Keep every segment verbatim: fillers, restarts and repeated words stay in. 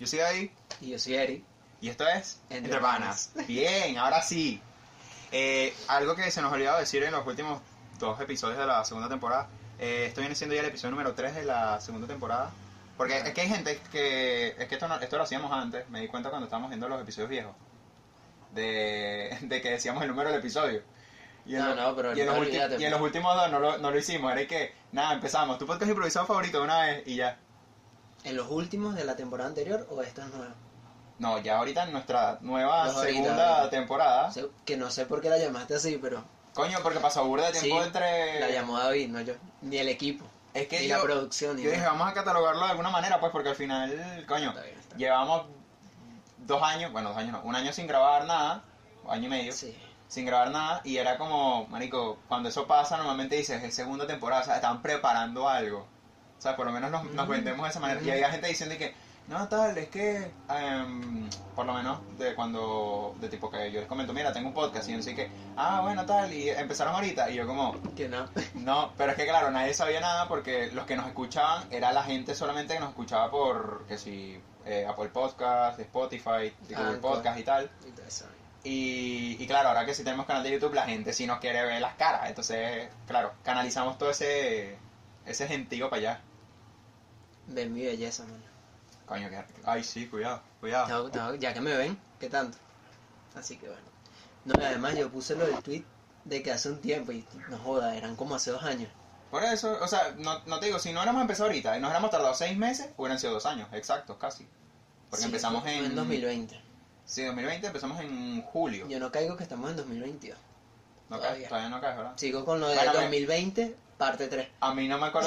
Yo soy David. Y yo soy Eri. Y esto es Entre Entre Panas. Bien, ahora sí. Eh, algo que se nos olvidó decir en los últimos dos episodios de la segunda temporada. Eh, esto viene siendo ya el episodio número tres de la segunda temporada. Porque es que hay gente que... Es que esto, no, esto lo hacíamos antes. Me di cuenta cuando estábamos viendo los episodios viejos. De, de que decíamos el número del episodio. Y en, No, lo- no, pero y en, los, no, ulti- olvídate, y en los pues. últimos dos no lo, no lo hicimos. Era que, nada, empezamos. Tu podcast improvisado favorito de una vez y ya. ¿En los últimos de la temporada anterior o esta es nueva? No, ya ahorita en nuestra nueva Los ahorita, segunda ahorita. temporada. Sé- Que no sé por qué la llamaste así, pero Coño, porque pasó burda de tiempo sí, entre... la llamó David, no yo. Ni el equipo, Es que ni yo, la producción, ni yo dije, nada. vamos a catalogarlo de alguna manera, pues, porque al final, coño, Está bien, está bien. llevamos dos años, bueno, dos años no, un año sin grabar nada, año y medio, Sí. sin grabar nada, y era como, marico, cuando eso pasa, normalmente dices, es segunda temporada, o sea, estaban preparando algo, o sea, por lo menos nos, nos Mm. vendemos de esa manera, y Mm. había gente diciendo que, no, tal, es que, em, por lo menos, de cuando, de tipo que yo les comento, mira, tengo un podcast, y yo sé que, ah, bueno, tal, y empezaron ahorita, y yo como... Que no. No, pero es que claro, nadie sabía nada porque los que nos escuchaban era la gente solamente que nos escuchaba por, que si, eh, Apple Podcast, Spotify, Google Anchor. Podcast y tal. Y todo eso. Y, y claro, ahora que sí tenemos canal de YouTube, la gente sí nos quiere ver las caras. Entonces, claro, canalizamos todo ese ese gentío para allá. Ven mi belleza, man. Coño, que... Ay, sí, cuidado, cuidado. No, no, ya que me ven, ¿qué tanto? Así que bueno. No, y además yo puse lo del tweet de que hace un tiempo y no joda, eran como hace dos años. Por eso, o sea, no, no te digo, si no hubiéramos empezado ahorita y nos hubiéramos tardado seis meses, hubieran sido dos años, exactos, casi. Porque Sí, empezamos fue- en... fue en dos mil veinte. Sí, dos mil veinte empezamos en julio. Yo no caigo que estamos en dos mil veintidós. No todavía. caes, todavía no caes, ¿verdad? Sigo con lo de Bueno, me- dos mil veinte, parte tres. A mí no me acuerdo.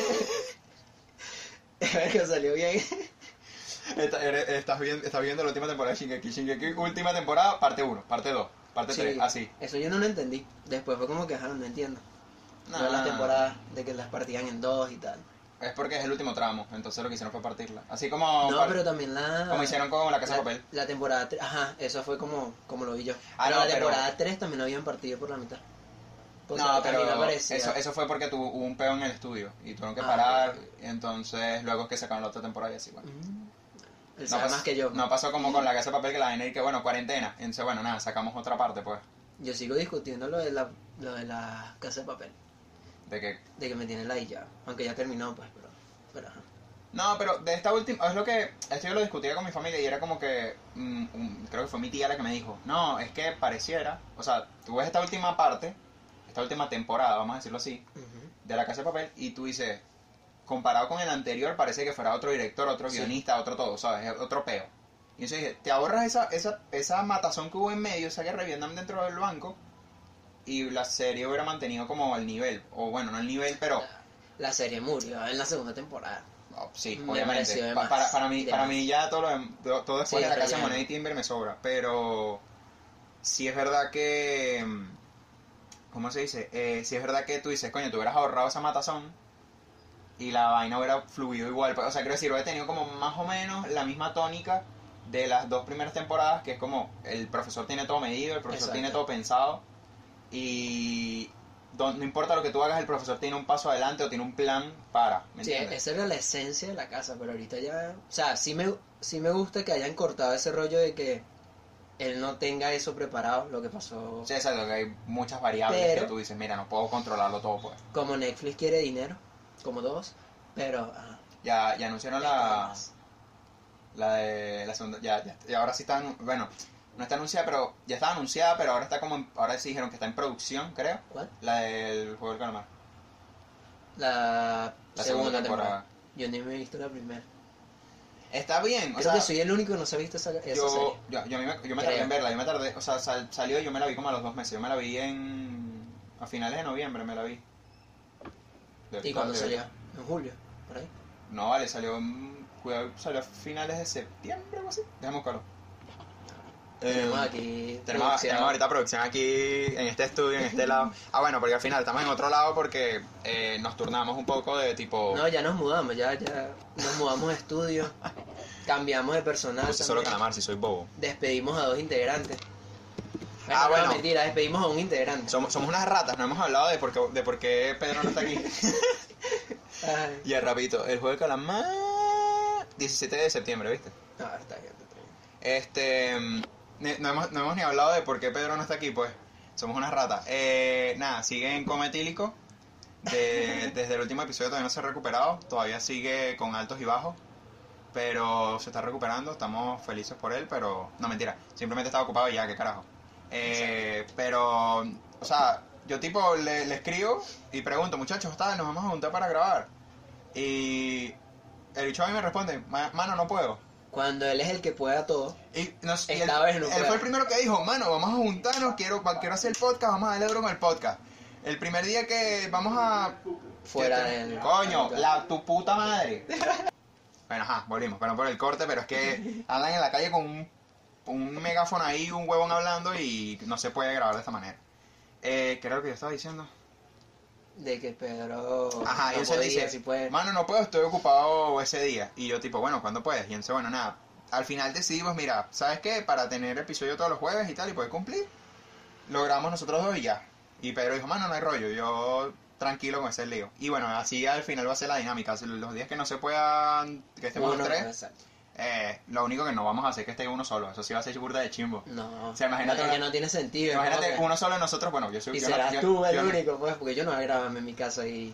Que salió bien. Está- eres- estás, viendo, estás viendo la última temporada de Shingeki. Shingeki, última temporada, parte uno, parte dos, parte Sí, tres, así. Eso yo no lo entendí. Después fue como que, ajá, no entiendo. Nah, Todas las temporadas de que las partían en dos y tal. Es porque es el último tramo, entonces lo que hicieron fue partirla. Así como, No, par- pero también la... como hicieron con La Casa de la, Papel. la temporada tres, ajá, eso fue como, como lo vi yo. Ah, pero no, la pero- temporada tres también lo habían partido por la mitad. O sea, No, que a mí me pero parecía- eso, eso fue porque tuvo, hubo un peo en el estudio y tuvieron que Ah, parar, ok. y entonces luego es que sacaron la otra temporada y así, bueno. Mm. Él No, sabe pas- más que yo. no pasó como con La Casa de Papel que la vaina y que, bueno, cuarentena. Entonces, bueno, nada, sacamos otra parte, pues, Yo sigo discutiendo lo de la, lo de la casa de papel. de que... De que me tiene la I ya. Aunque ya terminó, pues, pero... pero ajá. No, pero de esta última, es lo que, esto yo lo discutía con mi familia y era como que, mm, un- creo que fue mi tía la que me dijo, no, es que pareciera, o sea, tú ves esta última parte, esta última temporada, vamos a decirlo así, Ujú. de La Casa de Papel, y tú dices, comparado con el anterior, parece que fuera otro director, otro Sí. guionista, otro todo, ¿sabes? Otro peo. Y entonces dije, te ahorras esa, esa, esa matazón que hubo en medio, esa guerra de Vietnam dentro del banco, y la serie hubiera mantenido como el nivel, o bueno, no el nivel, pero... La serie murió en la segunda temporada. Oh, sí, Me obviamente. pareció de Pa- más, para, para, mí, de para más. mí ya todo, lo, dem- todo todo después Sí, de La Casa de relleno. Moneda y Timber me sobra. Pero sí es verdad que... mm, ¿Cómo se dice? Eh, sí es verdad que tú dices, coño, tú hubieras ahorrado esa matazón y la vaina hubiera fluido igual. O sea, quiero decir, hubiera tenido como más o menos la misma tónica de las dos primeras temporadas, que es como el profesor tiene todo medido, el profesor Exacto. tiene todo pensado y... No no importa lo que tú hagas, el profesor tiene un paso adelante o tiene un plan para, ¿me Sí, entiendes? esa era la esencia de la casa, pero ahorita ya... O sea, sí me, sí me gusta que hayan cortado ese rollo de que él no tenga eso preparado, lo que pasó... Sí, exacto, que hay muchas variables Pero- que tú dices, mira, no puedo controlarlo todo, pues. Como Netflix quiere dinero, como todos, pero... ajá, Ya, ya anunciaron ya está la, más. la de la segunda, ya, ya, y ahora sí están, bueno, no está anunciada, pero ya está anunciada, pero ahora está como, en- ahora sí dijeron que está en producción, creo, ¿Cuál? la del Juego del Calamar. La, La segunda, segunda temporada. temporada. Yo ni me he visto la primera. Está bien, o Creo sea, que soy el único que no se ha visto esa, esa serie. yo, yo, yo, a mí me, yo me tardé Creo. en verla, yo me tardé, o sea, sal- salió y yo me la vi como a los dos meses, yo me la vi en, a finales de noviembre me la vi. De- ¿Y cuándo de- salió? En julio, por ahí. No, vale, salió, en- cuidado, salió a finales de septiembre o algo así, déjame buscarlo. Tenemos Eh, aquí... Tenemos, producción. tenemos ahorita producción aquí en este estudio, en este lado. Ah, bueno, porque al final estamos en otro lado porque eh, nos turnamos un poco de tipo... No, ya nos mudamos, ya, ya nos mudamos de estudio, cambiamos de personal. puse solo también. calamar si soy bobo. Despedimos a dos integrantes. Ah, no, bueno. mentira, despedimos a un integrante. Somos, somos unas ratas, no hemos hablado de por qué, de por qué Pedro no está aquí. Ay, Y el rapito, el juego de calamar... diecisiete de septiembre, ¿viste? ah, Ah, está bien, está bien. Este, mm, ne- no hemos, no hemos ni hablado de por qué Pedro no está aquí, pues. Somos unas ratas. Eh, nada, sigue en coma etílico. De- desde el último episodio todavía no se ha recuperado. Todavía sigue con altos y bajos. Pero se está recuperando. Estamos felices por él, pero... No, mentira. Simplemente estaba ocupado y ya, qué carajo. Eh, pero, o sea, yo tipo le, le escribo y pregunto, muchachos, tal, nos vamos a juntar para grabar. Y el bicho a mí me responde, "Ma- mano, no puedo". Cuando él es el que pueda todo, Y, nos, y él, Esta vez no él puede. fue el primero que dijo, mano, vamos a juntarnos, quiero, pa- quiero hacer el podcast, vamos a darle duro con el podcast. El primer día que vamos a... fuera que- del... Coño, la, tu puta madre. Bueno, ajá, volvimos, pero por el corte, pero es que andan en la calle con un, un megáfono ahí, un huevón hablando y no se puede grabar de esta manera. Eh, ¿Qué era lo que yo estaba diciendo? De que Pedro... Ajá, y no él se podía, dice, si puede. mano, no puedo, estoy ocupado ese día. Y yo tipo, bueno, ¿cuándo puedes? Y él dice, bueno, nada. Al final decidimos, mira, ¿sabes qué? Para tener episodio todos los jueves y tal, y poder cumplir, logramos nosotros dos y ya. Y Pedro dijo, mano, no hay rollo, yo tranquilo con ese lío. Y bueno, así al final va a ser la dinámica. Si los días que no se puedan, que estemos Uno, los tres, exacto. eh, lo único que no vamos a hacer es que esté uno solo. Eso sí va a ser burda de chimbo. No, O sea, imagínate no, una- que no tiene sentido. Imagínate ¿no? Que- uno solo de nosotros, bueno, yo soy... Y yo no- serás yo- tú el yo no- único, pues, porque yo no voy a grabarme en mi casa y...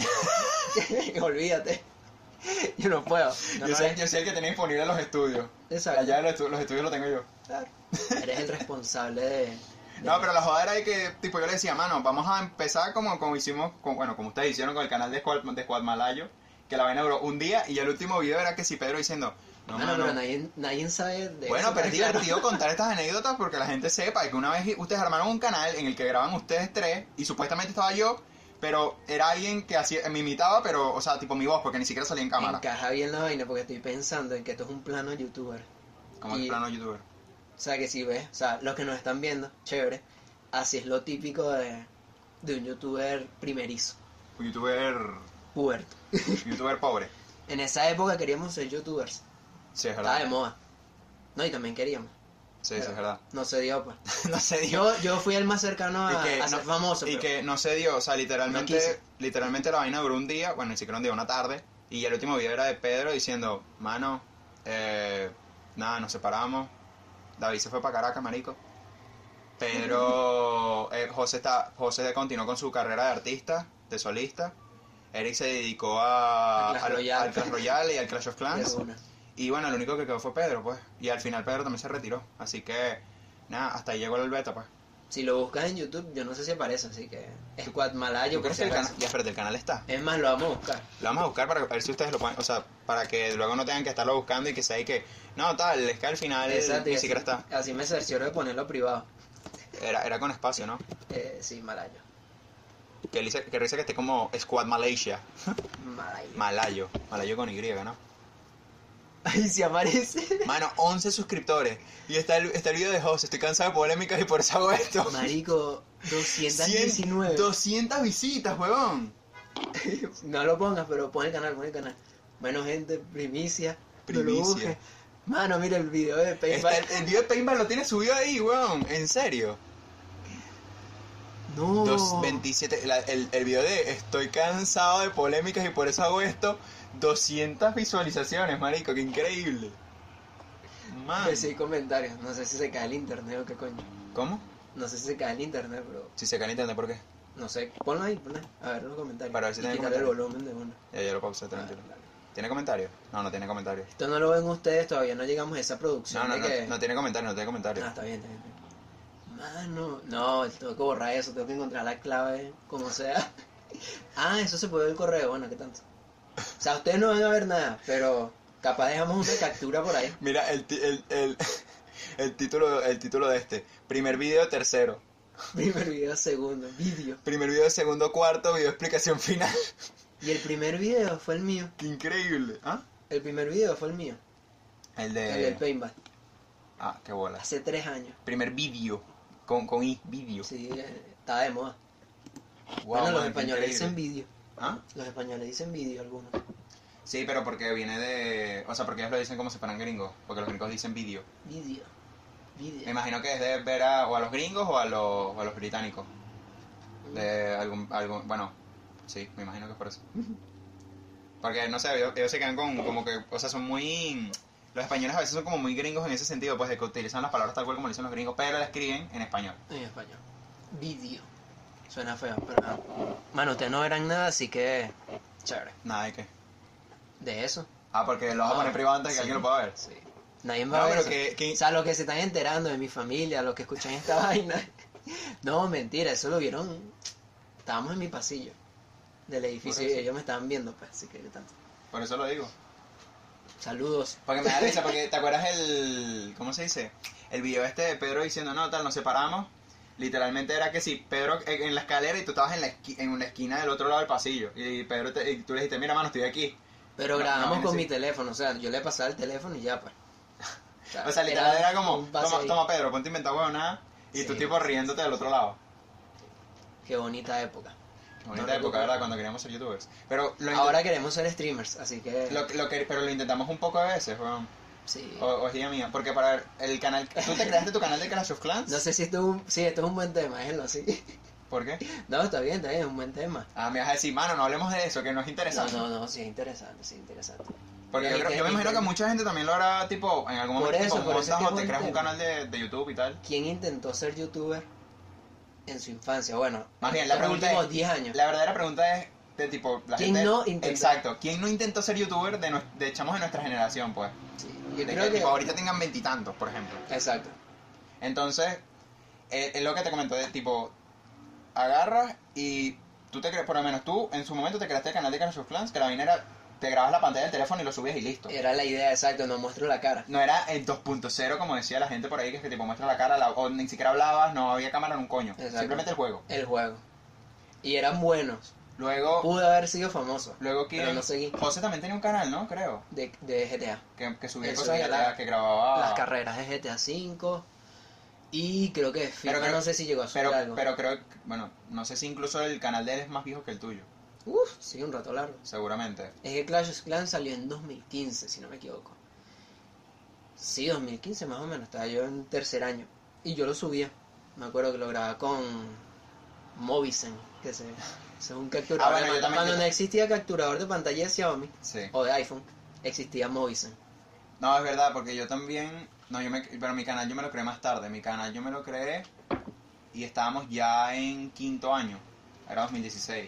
Olvídate. Yo no puedo. No, yo, no soy, es- yo soy el que tiene disponible los estudios. Exacto. Allá los, estu- los estudios los tengo yo. Eres el responsable de... de- No, pero la joda era de que, tipo, yo le decía, mano, vamos a empezar como, como hicimos, con, bueno, como ustedes hicieron con el canal de Squad, de Squad Malayo, que la vaina duró un día y el último video era que si Pedro diciendo, no, Bueno, mano. pero nadie, nadie sabe de Bueno, eso, pero es claro. divertido contar estas anécdotas porque la gente sepa que una vez ustedes armaron un canal en el que graban ustedes tres y supuestamente estaba yo, pero era alguien que hacía, me imitaba, pero, o sea, tipo mi voz, porque ni siquiera salía en cámara. Encaja bien la vaina porque estoy pensando en que esto es un plano youtuber. Como el y- plano youtuber. O sea, que si ves, o sea, los que nos están viendo, chévere. Así es lo típico de, de un youtuber primerizo, Un youtuber, puberto. un youtuber pobre. En esa época queríamos ser youtubers. Sí, es Estaba de verdad. moda. No, y también queríamos. Sí, sí, es verdad. No se dio, pues. No se dio. Yo, yo fui el más cercano a, Y que a ser no- famoso. Y pero- que no se dio, o sea, No literalmente, quise. literalmente la vaina duró un día, bueno, ni siquiera un día, una tarde, y el último video era de Pedro diciendo, mano, eh, nada, nos separamos, David se fue para Caracas, marico, Pedro, eh, José, está, José continuó con su carrera de artista, de solista, Eric se dedicó a, A Clash al, Royale. al Clash Royale y al Clash of de Clans, una. y bueno, el único que quedó fue Pedro, pues, y al final Pedro también se retiró, así que, nada, hasta ahí llegó el beta, pues. Si lo buscas en YouTube, yo no sé si aparece, así que... Squad Malayo, ¿Tú por crees si que el acaso. canal, ya, espérate, el canal está? Es más, lo vamos a buscar. Lo vamos a buscar para ver si ustedes lo pueden, o sea, para que luego no tengan que estarlo buscando y que sea ahí que, no, tal, es que al final Exacto, y ni así, siquiera está. así me cercioro de ponerlo privado. Era, era con espacio, ¿no? Eh, sí, Malayo. Que dice que, dice que esté como Squad Malaysia. Malayo. Malayo. Malayo con Y, ¿no? Ahí sí aparece. Mano, once suscriptores. Y está el, está el video de José. Estoy cansado de polémicas y por eso hago esto. Marico, doscientos diecinueve. cien, doscientas visitas, huevón. No lo pongas, pero pon el canal, pon el canal. Bueno, gente, primicia. No lo Primicia. busques. Mano, mira el video de Está PayPal. el, el video de Paintball lo tiene subido ahí, huevón. En serio. No. Dos, veintisiete, la- el, el video de estoy cansado de polémicas y por eso hago esto, doscientas visualizaciones, marico, qué increíble. Man. Que sí, comentarios. No sé si se cae el internet o qué coño. ¿Cómo? No sé si se cae el internet, pero Si se cae el internet, ¿por qué? no sé. Ponlo ahí, ponlo ahí. A ver los comentarios. Para ver si y tiene quitarle el comentarios. volumen de uno. Ya, ya lo pausé, Ah, tranquilo. dale. ¿Tiene comentarios? No, no tiene comentarios. Esto no lo ven ustedes, todavía no llegamos a esa producción No, no, de no, que... no tiene comentarios, no tiene comentarios. Ah, está bien, está bien. está bien. Mano, no, tengo que borrar eso, tengo que encontrar la clave, como sea. Ah, eso se puede ver el correo, bueno, ¿qué tanto? O sea, ustedes no van a ver nada, pero capaz dejamos una captura por ahí. Mira, el, ti- el, el, el, título, el título de este. Primer video, tercero. Primer video, segundo, vídeo. Primer video, segundo, cuarto, video explicación final. Y el primer video fue el mío. Qué increíble. ¿Ah? El primer video fue el mío, El el de... del paintball, Ah, qué bolas. hace tres años. Primer vídeo. Con, con I, vídeo. Sí, eh, estaba de moda. Wow, bueno, los man, qué españoles increíble. dicen vídeo. ¿Ah? Los españoles dicen vídeo algunos. Sí, pero porque viene de... O sea, porque ellos lo dicen como si fueran gringos. Porque los gringos dicen vídeo. Vídeo. Vídeo. Me imagino que es de ver a, o a los gringos o a los, o a los británicos. De algún, algún... Bueno, sí, me imagino que es por eso. Porque, no sé, ellos, ellos se quedan con como que... O sea, son muy... Los españoles a veces son como muy gringos en ese sentido, pues de que utilizan las palabras tal cual como lo dicen los gringos, pero la escriben en español. En español. Vídeo. Suena feo, pero... ah. Mano, ustedes no verán nada, así que... Chévere. Nada de qué. De eso. Ah, porque lo vas a poner Ah, privado antes de que sí. alguien lo pueda ver. Sí. Nadie No, va a ver pero eso. que- que- O sea, los que se están enterando de mi familia, los que escuchan esta vaina. No, mentira, eso lo vieron... Estábamos en mi pasillo del edificio y eso. ellos me estaban viendo, pues, así que ¿qué tanto? Por eso lo digo. Saludos. Porque me da risa, porque ¿te acuerdas el... ¿Cómo se dice? El video este de Pedro diciendo, no, tal, nos separamos. Literalmente era que sí, Pedro en en la escalera y tú estabas en la, esqui- en una esquina del otro lado del pasillo. Y Pedro te- y tú le dijiste, mira, mano, estoy aquí. Pero No, grabamos no, con sí. mi teléfono, o sea, yo le pasaba el teléfono y ya, pues. O sea, literal era como, un pase toma, ahí. toma Pedro, ponte a inventar huevonada. Y Sí. tú tipo riéndote del otro lado. Qué bonita época. Bonita No época, recuerdo. ¿verdad? Cuando queríamos ser youtubers. Pero lo, Ahora intent- queremos ser streamers, así que... lo, lo que, pero lo intentamos un poco a veces, weón. Sí. O, o es idea mía. Porque para ver, el canal... ¿Tú te creaste tu canal de Clash of Clans? No sé si esto es un... Sí, esto es un buen tema, déjenlo así. ¿Por qué? No, está bien, está bien, es un buen tema. Ah, me vas a decir, mano, no hablemos de eso, que no es No, interesante. no, no, sí es interesante, sí es interesante. Porque Y yo, hay creo- que- yo me y imagino que- que mucha gente también lo hará, tipo, en algún Por momento, eso, tipo, por eso es montas que es o te buen creas un tema. canal de, de YouTube y tal. ¿Quién intentó ser youtuber en su infancia? Bueno, Más bien, la en los pregunta últimos es- diez años. La verdadera pregunta es, de tipo, la ¿Quién gente... no intentó? Exacto, ¿quién no intentó ser youtuber de, nues- de chamos de nuestra generación, pues? Sí, yo De creo que, que... tipo, ahorita tengan veintitantos, por ejemplo. Exacto. Entonces, eh, es lo que te comento, de tipo, agarras y tú te crees, por lo menos tú, en su momento te creaste el canal de Clash of Clans, que la vaina era, te grabas la pantalla del teléfono y lo subías y listo. Era la idea, exacto, no muestro la cara. No era el dos punto cero como decía la gente por ahí, que es que tipo muestra la cara, la- o ni siquiera hablabas, no había cámara en un coño. Exacto. Simplemente el juego. El juego. Y eran buenos. Luego, Pude haber sido famoso. luego quién... Pero no seguí. José también tenía un canal, ¿no? Creo. De, de G T A. Que, que subía Él cosas subía que, la- que grababa... Las carreras de G T A cinco. Y creo que FIFA, Pero creo- no sé si llegó a subir Pero, algo. pero creo que, bueno, no sé si incluso el canal de él es más viejo que el tuyo, Uf, sí, un rato largo. seguramente. Es que Clash of Clans salió en dos mil quince, si no me equivoco. Sí, dos mil quince más o menos, estaba yo en tercer año. Y yo lo subía. Me acuerdo que lo grababa con Movicen, que se, se es un capturador Ah, bueno, de yo pantalla. también- Cuando yo- no existía capturador de pantalla de Xiaomi Sí. o de iPhone, existía Movicen. No, es verdad, porque yo también, no, yo me, pero mi canal yo me lo creé más tarde, mi canal yo me lo creé y estábamos ya en quinto año, era dos mil dieciséis,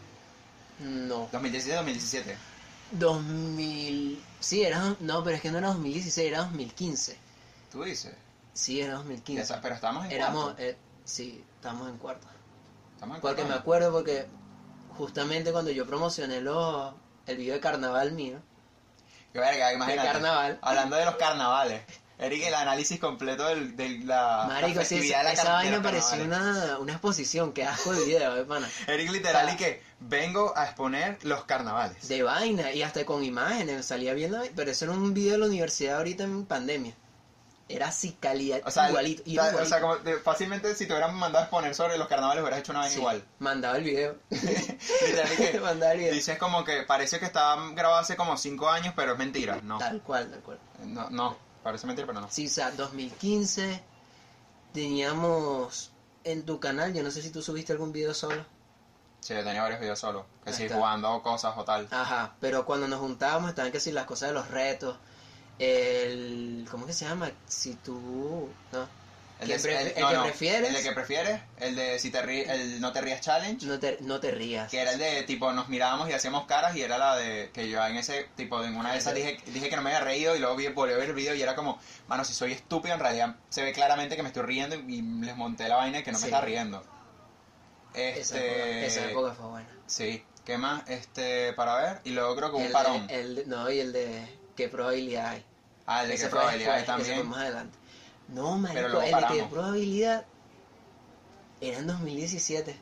No. dos mil dieciséis, dos mil diecisiete. dos mil... Sí, era... No, pero es que no era dos mil dieciséis, era dos mil quince. ¿Tú dices? Sí, era dos mil Ya quince. sa- pero estábamos en Éramos... cuarto. eh, sí, estábamos en cuarto. Estamos en Porque cuarto me año. acuerdo porque justamente cuando yo promocioné los, el video de carnaval mío, Qué verga, de imagínate. carnaval, Hablando de los carnavales. Eric, el análisis completo del- de la, marico, la sí, festividad esa, de la esa car- de vaina los parecía carnavales. una, una exposición, qué asco de video, de pana. Eric literal O sea, y que vengo a exponer los carnavales. De vaina, y hasta con imágenes, salía viendo, pero eso era un video de la universidad ahorita en pandemia. Era así, calidad, O sea, igualito, o y sea, era o sea, igualito. como de- fácilmente si te hubieran mandado a exponer sobre los carnavales hubieras hecho una vaina Sí, igual. mandaba el video. Literal y que mandaba el video. dices como que parece que estaba grabado hace como cinco años, pero es mentira. No, Tal cual, tal cual. no, no, parece mentira, pero no. Sí, o sea, dos mil quince teníamos en tu canal, yo no sé si tú subiste algún video solo. Sí, yo tenía varios videos solo, que Ahí sí, está. jugando cosas o tal. Ajá, pero cuando nos juntábamos estaban que si las cosas de los retos, el... ¿Cómo que se llama? Si tú... No. El, ¿Quién de- pre- el- el no, que no, prefieres? el de que prefieres, el de si te ríes, el no te rías challenge, No te, no te rías. que era el de tipo nos mirábamos y hacíamos caras y era la de que yo en ese tipo en una de esas dije, dije que no me había reído y luego vi, volví a ver el video y era como, mano, si soy estúpido en realidad se ve claramente que me estoy riendo y les monté la vaina y que no me Sí. estaba riendo. Esa, Este, época, esa época fue buena. sí, ¿qué más? Este, para ver, y luego creo que un El parón. de, el de- no, y el de qué probabilidad hay. ah, el de Ese qué fue probabilidad hay después, ese también. fue más adelante. No, marico, Pero luego el de qué paramos. probabilidad era en dos mil diecisiete.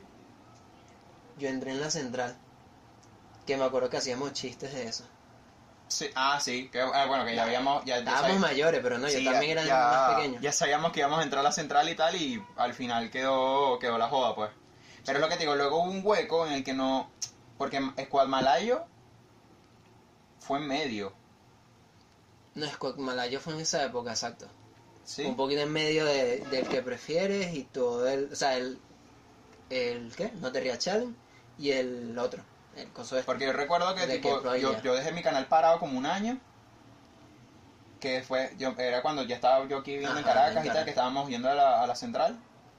Yo entré en la central. Que me acuerdo que hacíamos chistes de eso. Sí, ah, sí, que, ah, bueno, que ya habíamos, ya, ya Estábamos sabía- mayores, pero no, sí, yo también ya- era ya- más pequeño. Ya sabíamos que íbamos a entrar a la central y tal, y al final quedó, quedó la joda, pues. Pero es lo que te digo, luego hubo un hueco en el que no. Porque Squad Malayo fue en medio. No, Squad Malayo fue en esa época, exacto. ¿Sí? Un poquito en medio de, del que prefieres y todo el... O sea, el... el ¿qué? No te rías challenge y el otro. El coso este. Porque yo recuerdo que ¿De tipo, qué yo, probabilidad? yo dejé mi canal parado como un año. que fue, yo era cuando ya estaba yo aquí viviendo en Ajá, Caracas en y tal, Caracas. que estábamos yendo a la, a la central.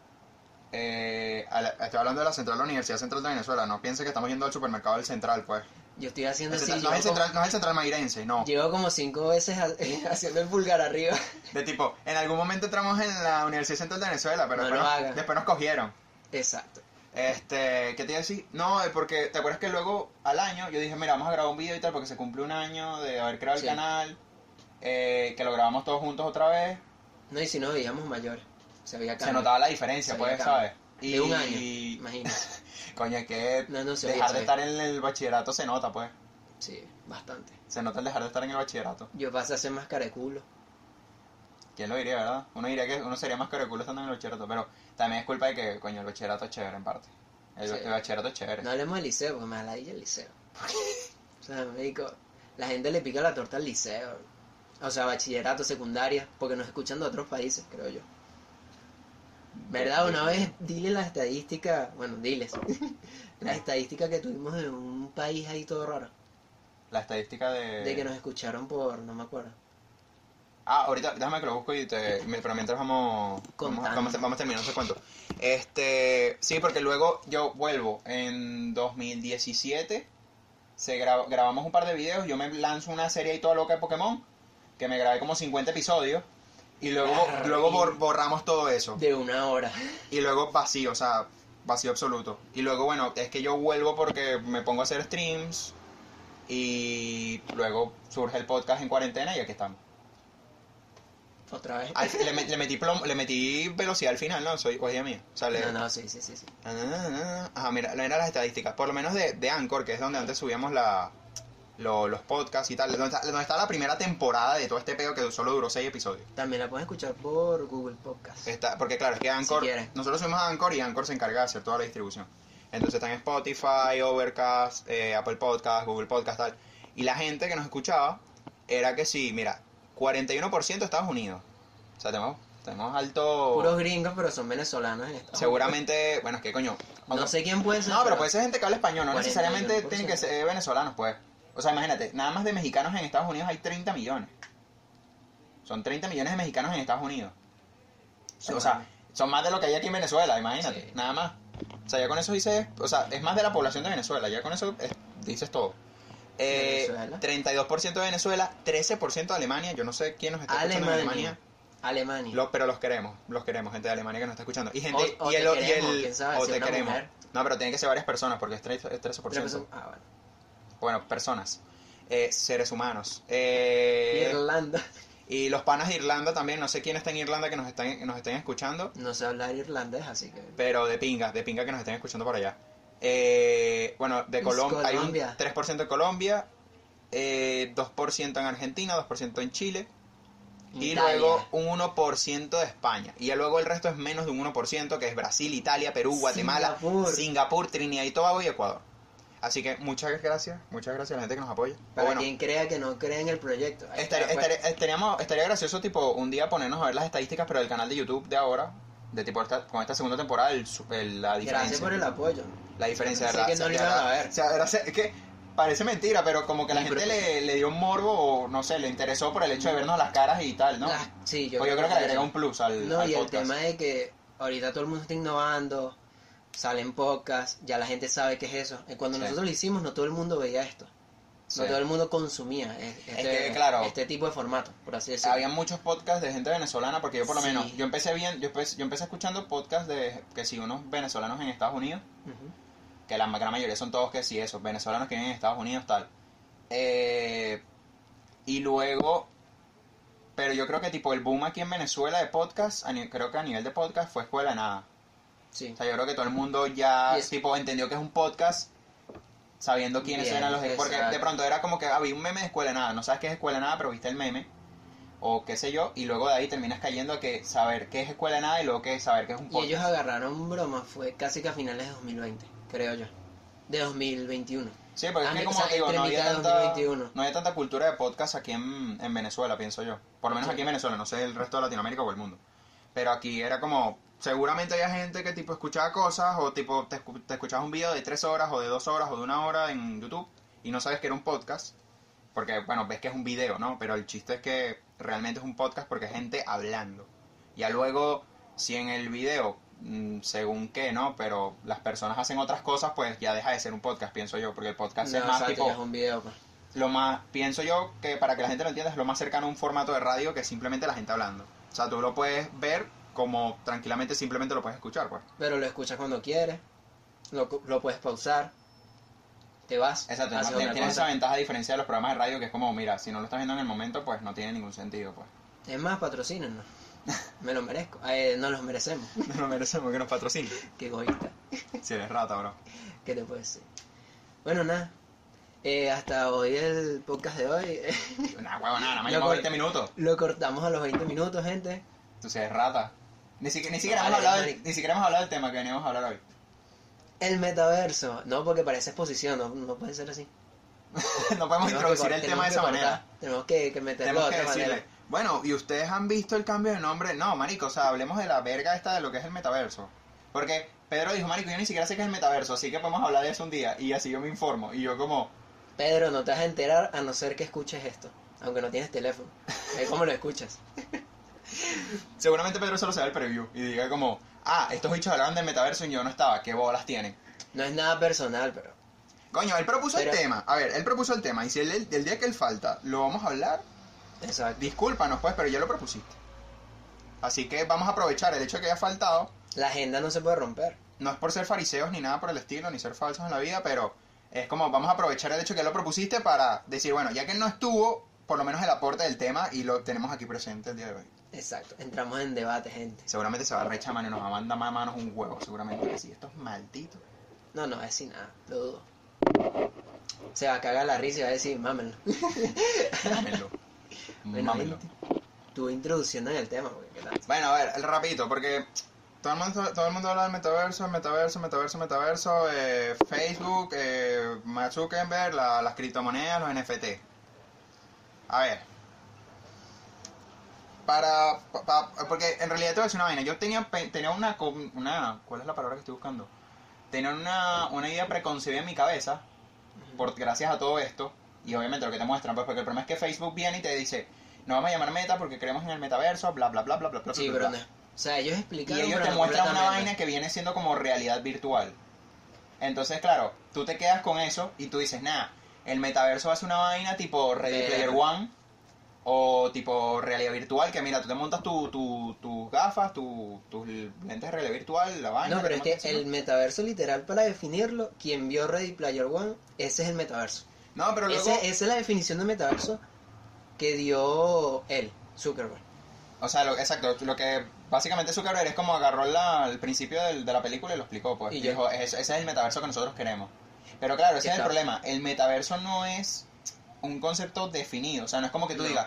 Eh, a la- estoy hablando de la central de la Universidad Central de Venezuela, no piense que estamos yendo al supermercado del central, pues. Yo estoy haciendo El así, central- no, es el llevo, central, no es el central mairense, no. como, llevo como cinco veces ha- haciendo el pulgar arriba. De tipo, en algún momento entramos en la Universidad Central de Venezuela, pero No después, lo nos, hagas. después nos cogieron. Exacto. Este, ¿qué te iba a decir? No, es porque, ¿te acuerdas que luego al año yo dije, mira, vamos a grabar un video y tal, porque se cumple un año de haber creado Sí. el canal, eh, que lo grabamos todos juntos otra vez? No, y si nos veíamos mayores. Se veía Se cambio. notaba la diferencia, Se pues, veía ¿sabes? cambio. De un año, imagínate. Coño, es que No, no, se dejar veía, de se estar en el bachillerato se nota, pues. Sí, bastante. Se nota el dejar de estar en el bachillerato. Yo pasé a ser más careculo. ¿Quién lo diría, verdad? Uno diría que uno sería más careculo estando en el bachillerato, pero también es culpa de que, coño, el bachillerato es chévere en parte. El, Sí. el bachillerato es chévere. No hablemos del liceo, porque me da la el liceo. O sea, me digo, la gente le pica la torta al liceo. O sea, bachillerato, secundaria, porque nos escuchan de otros países, creo yo. ¿Verdad? Una vez, dile la estadística, bueno, diles, la estadística que tuvimos de un país ahí todo raro, La estadística de... de que nos escucharon por, no me acuerdo. Ah, ahorita, déjame que lo busco y te... Pero mientras vamos... Vamos, Contando. vamos, vamos terminando ese cuento. Este... Sí, porque luego yo vuelvo en dos mil diecisiete. Se graba- grabamos un par de videos. Yo me lanzo una serie ahí toda loca de Pokémon. Que me grabé como cincuenta episodios. Y luego, Arre. luego bor- borramos todo eso. De una hora. Y luego vacío, o sea, vacío absoluto. Y luego, bueno, es que yo vuelvo porque me pongo a hacer streams. Y luego surge el podcast en cuarentena y aquí estamos. Otra vez. Al- le, met- le metí plomo- le metí velocidad al final, ¿no? Soy cogida mía. O sea, le- No, no, sí, sí, sí, sí. Ah, ah, ah. Ajá, mira, mira las estadísticas. Por lo menos de, de Anchor, que es donde antes subíamos la, lo- los podcasts y tal. Donde está, donde está la primera temporada de todo este pedo que solo duró seis episodios. También la puedes escuchar por Google Podcast. Está, porque claro, es que Anchor... Si quieres. nosotros subimos a Anchor y Anchor se encarga de hacer toda la distribución. Entonces están en Spotify, Overcast, eh, Apple Podcast, Google Podcast, tal. Y la gente que nos escuchaba era que sí, mira, cuarenta y uno por ciento Estados Unidos. O sea, tenemos, tenemos alto... Puros gringos, pero son venezolanos en Estados Seguramente, bueno, es que coño... Unidos. No sé quién puede ser. No, pero puede ser gente que habla español, no cuarenta y uno por necesariamente ciento. tienen que ser venezolanos, pues. O sea, imagínate, nada más de mexicanos en Estados Unidos hay treinta millones. Son treinta millones de mexicanos en Estados Unidos. O sea, son más de lo que hay aquí en Venezuela, imagínate, Sí. nada más. O sea, ya con eso dices, o sea, es más de la población de Venezuela, ya con eso es- dices todo. Eh, Venezuela. treinta y dos por ciento de Venezuela, trece por ciento de Alemania, yo no sé quién nos está escuchando en Alemania. Alemania. Alemania. Lo- pero los queremos, los queremos, gente de Alemania que nos está escuchando. Y gente, O- o y te el, y queremos, el- quién sabe, o si te una queremos. mujer. No, pero tienen que ser varias personas porque es trece por Pero ciento. son- ah, bueno. Bueno, personas, eh, seres humanos. Eh, Irlanda. y los panas de Irlanda también, no sé quién está en Irlanda que nos están, que nos estén escuchando, No sé hablar irlandés, así que. pero de pinga, de pinga que nos estén escuchando por allá. Eh, bueno, de Es Colombia, hay un Colombia. tres por ciento de Colombia, eh, dos por ciento en Argentina, dos por ciento en Chile, y Italia. luego un uno por ciento de España. Y ya luego el resto es menos de un uno por ciento, que es Brasil, Italia, Perú, Guatemala, Singapur. Singapur, Trinidad y Tobago y Ecuador. Así que muchas gracias, muchas gracias a la gente que nos apoya. O Para bueno, quien crea que no cree en el proyecto. Ahí estaría, está, pues. estaría- estaríamos- estaría gracioso tipo un día ponernos a ver las estadísticas, pero del canal de YouTube de ahora, de tipo esta- con esta segunda temporada, el su- el- la diferencia. Gracias por el apoyo. La diferencia, Pensé ¿verdad? que no O lo sea, iban a ¿verdad? ver. O sea, ¿verdad? Es que parece mentira, pero como que la Sí, gente pero- le, le dio un morbo o no sé, le interesó por el hecho de vernos las caras y tal, ¿no? Las- sí, yo Pues yo creo que le agrega eso. un plus al, No, al y el podcast. tema de que ahorita todo el mundo está innovando, salen podcasts, ya la gente sabe qué es eso. Y cuando Sí. nosotros lo hicimos, no todo el mundo veía esto. Sí. No todo el mundo consumía e- este, que, claro, este tipo de formato, por así decirlo. Había muchos podcasts de gente venezolana, porque yo por lo Sí. menos, yo empecé bien, yo empecé, yo empecé escuchando podcasts de que si unos venezolanos en Estados Unidos, Ujú. que la gran mayoría son todos que sí, esos venezolanos que viven en Estados Unidos, tal. Eh, y luego, pero yo creo que tipo el boom aquí en Venezuela de podcast, a ni- creo que a nivel de podcast fue Escuela de Nada. Sí. O sea, yo creo que todo el mundo ya Y es- tipo entendió que es un podcast sabiendo quiénes Bien, eran los... Porque de exacto. pronto era como que había un meme de Escuela de Nada, no sabes qué es Escuela de Nada, pero viste el meme, o qué sé yo, y luego de ahí terminas cayendo a que saber qué es Escuela de Nada y luego que saber qué es un Y podcast. ellos agarraron broma, fue casi que a finales de dos mil veinte, creo yo. De dos mil veintiuno. Sí, porque Ah, es que o como sea, te digo, entre no había, mitad de tanta, dos mil veintiuno. no había tanta cultura de podcast aquí en, en Venezuela, pienso yo. Por lo menos Sí. aquí en Venezuela, no sé el resto de Latinoamérica o el mundo. Pero aquí era como, seguramente había gente que tipo escuchaba cosas o tipo te, escu- te escuchabas un video de tres horas o de dos horas o de una hora en YouTube y no sabes que era un podcast. Porque, bueno, ves que es un video, ¿no? Pero el chiste es que realmente es un podcast porque es gente hablando. Ya luego, si en el video, mmm, según qué, ¿no? Pero las personas hacen otras cosas, pues ya deja de ser un podcast, pienso yo, porque el podcast No, es más exacto, tipo... ya es un video, pues. Lo más, pienso yo que para que la gente lo entienda es lo más cercano a un formato de radio que simplemente la gente hablando. O sea, tú lo puedes ver como tranquilamente, simplemente lo puedes escuchar, pues. Pero lo escuchas cuando quieres, lo, lo puedes pausar, te vas, Exacto, haces además otra tiene cosa. esa ventaja a diferencia de los programas de radio que es como, mira, si no lo estás viendo en el momento, pues no tiene ningún sentido, pues. Es más, patrocínenos. Me lo merezco. Eh, no los merecemos. No lo merecemos que nos patrocine. Qué egoísta. Si eres rata, bro. ¿Qué te puedo decir? Bueno, nada. Eh, hasta hoy el podcast de hoy. Nah, huevo, nada, nada más Lo llevamos cor- veinte minutos. Lo cortamos a los veinte minutos, gente. Tú si eres rata. Ni siquiera, ni siquiera Vale, hemos hablado del, marico. ni siquiera hemos hablado del tema que veníamos a hablar hoy. El metaverso. No, porque parece exposición, no, no puede ser así. No podemos Tenemos introducir que el cor- tema de tenemos esa que manera. cortar, Tenemos que, que meterlo Tenemos de que otra decirle, manera. bueno, ¿y ustedes han visto el cambio de nombre? No, marico, o sea, hablemos de la verga esta de lo que es el metaverso. Porque Pedro dijo, marico, yo ni siquiera sé qué es el metaverso, así que podemos hablar de eso un día. Y así yo me informo. Y yo como, Pedro, no te vas a enterar a no ser que escuches esto. Aunque no tienes teléfono. Es como lo escuchas. seguramente Pedro solo se da el preview. Y diga como, ah, estos bichos hablaron del metaverso y yo no estaba, qué bolas tienen. No es nada personal, pero... Coño, él propuso Pero- el tema. A ver, él propuso el tema. Y si el, el, el día que él falta lo vamos a hablar, Exacto. discúlpanos pues, pero ya lo propusiste. Así que vamos a aprovechar el hecho de que haya faltado. La agenda no se puede romper. No es por ser fariseos ni nada por el estilo, ni ser falsos en la vida, pero es como vamos a aprovechar el hecho de que lo propusiste para decir, bueno, ya que él no estuvo, por lo menos el aporte del tema y lo tenemos aquí presente el día de hoy. Exacto. Entramos en debate, gente. Seguramente se va a rechar mano y nos va a mandar más manos un huevo, seguramente que sí. Esto es maldito. No, no, es sin nada. Lo dudo. Se va a cagar la risa y va a decir, mámenlo. Mámenlo. Bueno, Mámenlo. gente, tu introducción en el tema, porque qué tal. Bueno, a ver, el rapidito, porque todo el mundo, todo el mundo habla del metaverso, el metaverso, metaverso, metaverso, eh, Facebook, eh, Mark Zuckerberg, la- las criptomonedas, los N F T. A ver. Para, pa- pa- porque en realidad te voy a decir una vaina. Yo tenía, pe- tenía una, com- una, ¿cuál es la palabra que estoy buscando? Tenía una, una idea preconcebida en mi cabeza, por, gracias a todo esto, y obviamente lo que te muestran, pues porque el problema es que Facebook viene y te dice, no vamos a llamar Meta porque creemos en el metaverso, bla, bla, bla, bla, bla, bla, Sí, bla, pero bla. no. O sea, ellos Y explicaron, ellos pero te no muestran una completamente. vaina que viene siendo como realidad virtual. Entonces, claro, tú te quedas con eso y tú dices, nada, el metaverso va a ser una vaina tipo Ready Pero- Player One o tipo realidad virtual, que mira, tú te montas tu, tu, tus gafas, tu, tus lentes de realidad virtual, la vaina. No, pero te es que montas el encima. metaverso literal, para definirlo, quien vio Ready Player One, ese es el metaverso. No, pero luego... Ese- esa es la definición de metaverso que dio él, Zuckerberg. O sea, lo, exacto, lo que básicamente Zuckerberg es como agarró la, el principio del- de la película y lo explicó, pues. Y Y ya. dijo, ese, ese es el metaverso que nosotros queremos. Pero claro, ese es el Está. problema. El metaverso no es un concepto definido. O sea, no es como que tú No. digas,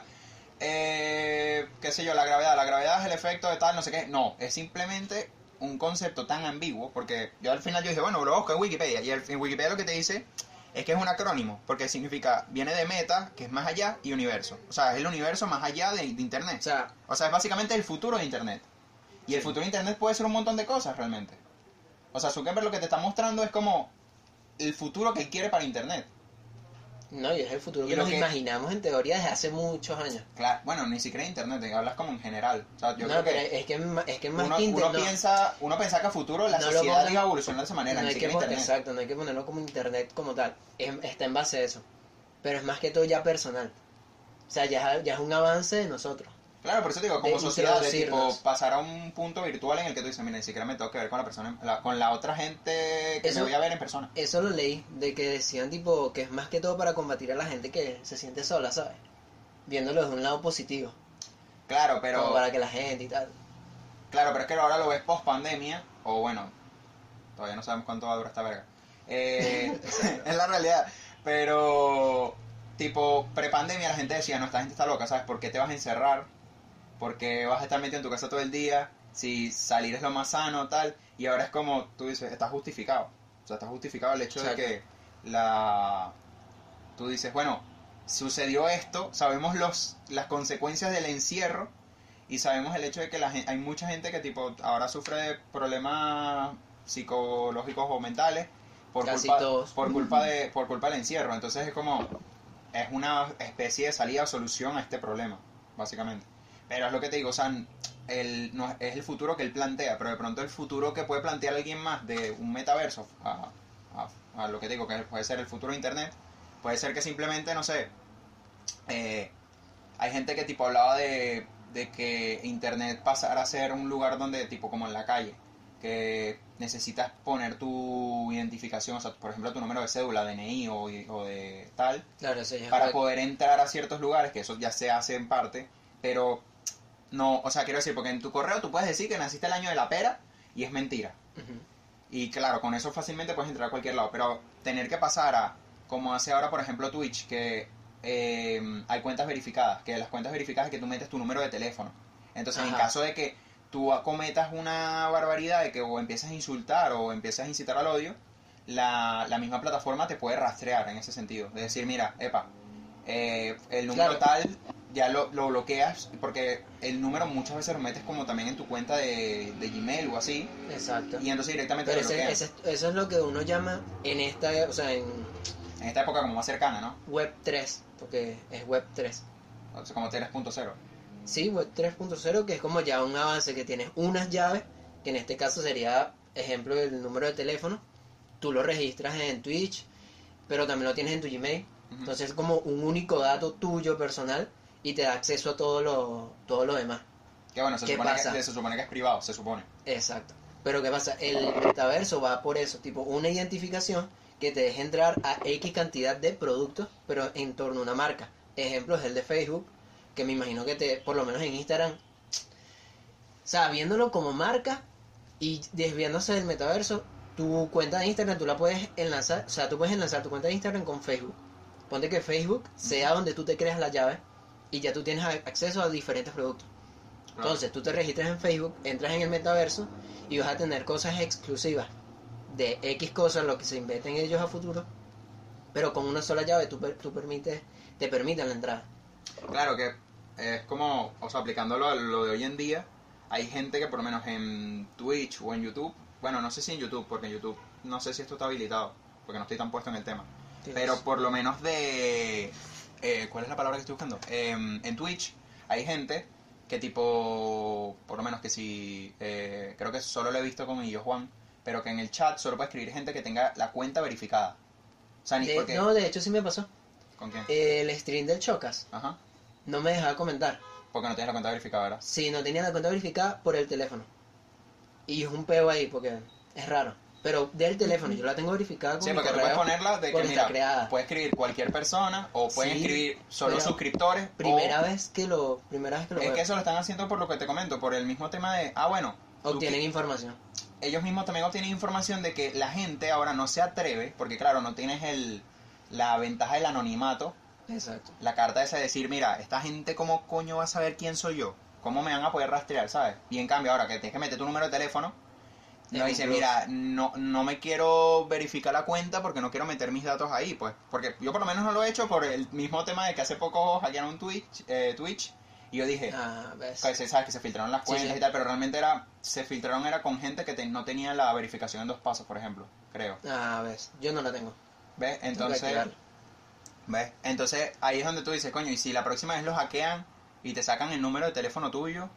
eh, qué sé yo, la gravedad. La gravedad es el efecto de tal, no sé qué. No, es simplemente un concepto tan ambiguo. Porque yo al final yo dije, bueno, lo busco en Wikipedia. Y el- en Wikipedia lo que te dice es que es un acrónimo. Porque significa, viene de meta, que es más allá, y universo. O sea, es el universo más allá de, de Internet. O sea, O sea, es básicamente el futuro de Internet. Y el futuro de Internet puede ser un montón de cosas realmente. O sea, Zuckerberg lo que te está mostrando es como el futuro que él quiere para Internet. no, y es el futuro Y que lo nos que- imaginamos en teoría desde hace muchos años. Claro, bueno, ni siquiera de Internet, te hablas como en general. O sea, yo no, creo pero que es que, es ma- es que más uno, que uno internet. piensa, uno piensa que a futuro la No lo sociedad pongas- iba a evolucionar de esa manera, No ni hay que siquiera pon- Internet. exacto, no hay que ponerlo como internet como tal. Es- está en base a eso. Pero es más que todo ya personal. O sea, ya, ya es un avance de nosotros. Claro, por eso te digo, como De sociedad, de tipo introducirnos. pasar a un punto virtual en el que tú dices, mira, ni siquiera me tengo que ver con la persona, la- con la otra gente que Eso- me voy a ver en persona. Eso lo leí, de que decían tipo que es más que todo para combatir a la gente que se siente sola, ¿sabes? Viéndolo desde un lado positivo. Claro, pero... Como para que la gente y tal. Claro, pero es que ahora lo ves post pandemia, o bueno, todavía no sabemos cuánto va a durar esta verga. Eh, es la realidad. Pero, tipo, pre-pandemia la gente decía, no, esta gente está loca, ¿sabes? ¿Por qué te vas a encerrar? ¿Por qué vas a estar metido en tu casa todo el día? Si salir es lo más sano, tal. Y ahora es como, tú dices, está justificado. O sea, está justificado el hecho Exacto. de que la... Tú dices, bueno, sucedió esto, sabemos los las consecuencias del encierro y sabemos el hecho de que la gen- hay mucha gente que tipo ahora sufre de problemas psicológicos o mentales por Casi culpa todos. por culpa de por culpa del encierro. Entonces es como es una especie de salida o solución a este problema. básicamente. Pero es lo que te digo, o sea, el, no, es el futuro que él plantea, pero de pronto el futuro que puede plantear alguien más de un metaverso a, a, a lo que te digo, que puede ser el futuro de internet, puede ser que simplemente, no sé, eh, hay gente que tipo hablaba de, de que internet pasara a ser un lugar donde, tipo como en la calle, que necesitas poner tu identificación, o sea, por ejemplo, tu número de cédula, D N I o, o de tal, Claro, eso ya es para web. poder entrar a ciertos lugares, que eso ya se hace en parte, pero no, o sea, quiero decir, porque en tu correo tú puedes decir que naciste el año de la pera y es mentira. Ujú. Y claro, con eso fácilmente puedes entrar a cualquier lado, pero tener que pasar a, como hace ahora, por ejemplo, Twitch, que eh, hay cuentas verificadas, que las cuentas verificadas es que tú metes tu número de teléfono. Entonces, en Ajá. caso de que tú cometas una barbaridad, de que o empiezas a insultar o empiezas a incitar al odio, la, la misma plataforma te puede rastrear en ese sentido. De decir, mira, epa, eh, el número Claro. tal ya lo, lo bloqueas, porque el número muchas veces lo metes como también en tu cuenta de, de Gmail o así, Exacto. y entonces directamente Pero lo ese, bloquean. ese- eso es lo que uno llama en esta, o sea, en En esta época como más cercana, ¿no? web tres, porque es web tres. O sea, como tres punto cero. Sí, web tres punto cero, que es como ya un avance que tienes unas llaves, que en este caso sería, ejemplo, el número de teléfono. Tú lo registras en Twitch, pero también lo tienes en tu Gmail. Ujú. Entonces es como un único dato tuyo personal y te da acceso a todo lo, todo lo demás. Que bueno, se ¿Qué supone pasa? que, se supone que es privado, se supone. Exacto. Pero ¿qué pasa? El metaverso va por eso, tipo una identificación que te deje entrar a X cantidad de productos, pero en torno a una marca. Ejemplo es el de Facebook, que me imagino que te, por lo menos en Instagram, o sea, viéndolo como marca y desviándose del metaverso, tu cuenta de Instagram tú la puedes enlazar, o sea, tú puedes enlazar tu cuenta de Instagram con Facebook. Ponte que Facebook sea donde tú te creas la llave y ya tú tienes a- acceso a diferentes productos. Claro. Entonces tú te registras en Facebook, entras en el metaverso y vas a tener cosas exclusivas de X cosas, lo que se inventen ellos a futuro, pero con una sola llave tú, per- tú permites, te permiten la entrada. Claro que es como, o sea, aplicándolo a lo de hoy en día, hay gente que por lo menos en Twitch o en YouTube, bueno, no sé si en YouTube, porque en YouTube no sé si esto está habilitado, porque no estoy tan puesto en el tema, pero por lo menos de, eh, ¿cuál es la palabra que estoy buscando? Em, en Twitch hay gente que tipo, por lo menos que si, eh, creo que solo lo he visto con Illo Juan, pero que en el chat solo puede escribir gente que tenga la cuenta verificada. O sea, ni De- porque... no, de hecho sí me pasó. ¿Con quién? El stream del Chocas Ajá. no me dejaba comentar. Porque no tienes la cuenta verificada, ¿verdad? Si no tenía la cuenta verificada por el teléfono. Y es un peo ahí porque es raro. Pero del teléfono, yo la tengo verificada con Sí, mi porque tú correo, puedes ponerla de que, porque está mira, creada. puede escribir cualquier persona o pueden Sí, escribir solo pero suscriptores. Primera o, vez que lo, primera vez que lo Es veo. que eso lo están haciendo por lo que te comento, por el mismo tema de, ah, bueno, tú Obtienen que- información. ellos mismos también obtienen información de que la gente ahora no se atreve, porque claro, no tienes el la ventaja del anonimato, Exacto. la carta esa de decir, mira, esta gente cómo coño va a saber quién soy yo, cómo me van a poder rastrear, ¿sabes? Y en cambio ahora que tienes que meter tu número de teléfono, Es no un dice, plus. mira, no, no me quiero verificar la cuenta porque no quiero meter mis datos ahí, pues. Porque yo por lo menos no lo he hecho por el mismo tema de que hace poco hackearon un Twitch, eh, Twitch y yo dije, Ah, ves. que se- sabes que se filtraron las Sí, cuentas sí. y tal, pero realmente era, se filtraron era con gente que te- no tenía la verificación en dos pasos, por ejemplo, creo. Ah, ves. Yo no la tengo. ¿Ves? Tengo que Entonces, activarla. ¿ves? Entonces ahí es donde tú dices, coño, y si la próxima vez lo hackean y te sacan el número de teléfono tuyo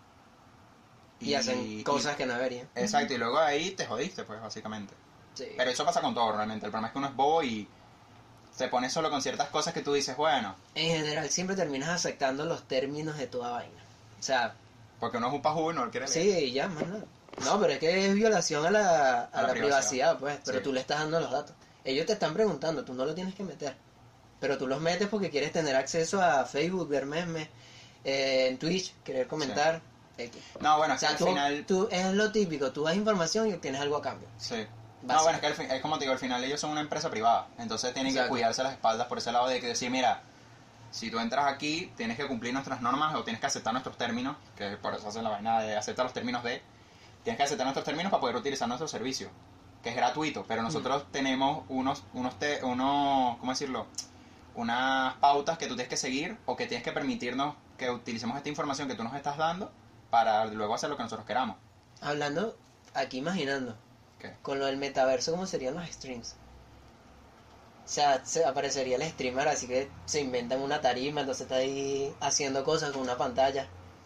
Y, hacen cosas que no deberían. Exacto, y luego ahí te jodiste, pues, básicamente. Sí. Pero eso pasa con todo, realmente. El problema es que uno es bobo y se pone solo con ciertas cosas que tú dices, bueno, En general siempre terminas aceptando los términos de toda vaina. O sea, porque uno es un pajú y no lo quiere leer. sí, ya, más nada. No, pero es que es violación a la, a A la la privacidad. privacidad, pues. Pero Sí. tú le estás dando los datos. Ellos te están preguntando, tú no lo tienes que meter. Pero tú los metes porque quieres tener acceso a Facebook, ver memes, eh, en Twitch, querer comentar. X. No, bueno, O es que sea, al tú, final... tú, es lo típico, tú das información y obtienes algo a cambio. Sí. No, Básico. bueno, es que al fin- es como te digo, al final ellos son una empresa privada. Entonces tienen Exacto. que cuidarse las espaldas por ese lado de que decir, mira, si tú entras aquí, tienes que cumplir nuestras normas o tienes que aceptar nuestros términos, que por eso hacen la vaina de aceptar los términos de... Tienes que aceptar nuestros términos para poder utilizar nuestro servicio, que es gratuito, pero nosotros tenemos unos, unos, te- unos, ¿cómo decirlo? Unas pautas que tú tienes que seguir o que tienes que permitirnos que utilicemos esta información que tú nos estás dando para luego hacer lo que nosotros queramos. Hablando, aquí imaginando, ¿Qué? con lo del metaverso, ¿cómo serían los streams? O sea, se aparecería el streamer, así que se inventan una tarima, entonces está ahí haciendo cosas con una pantalla.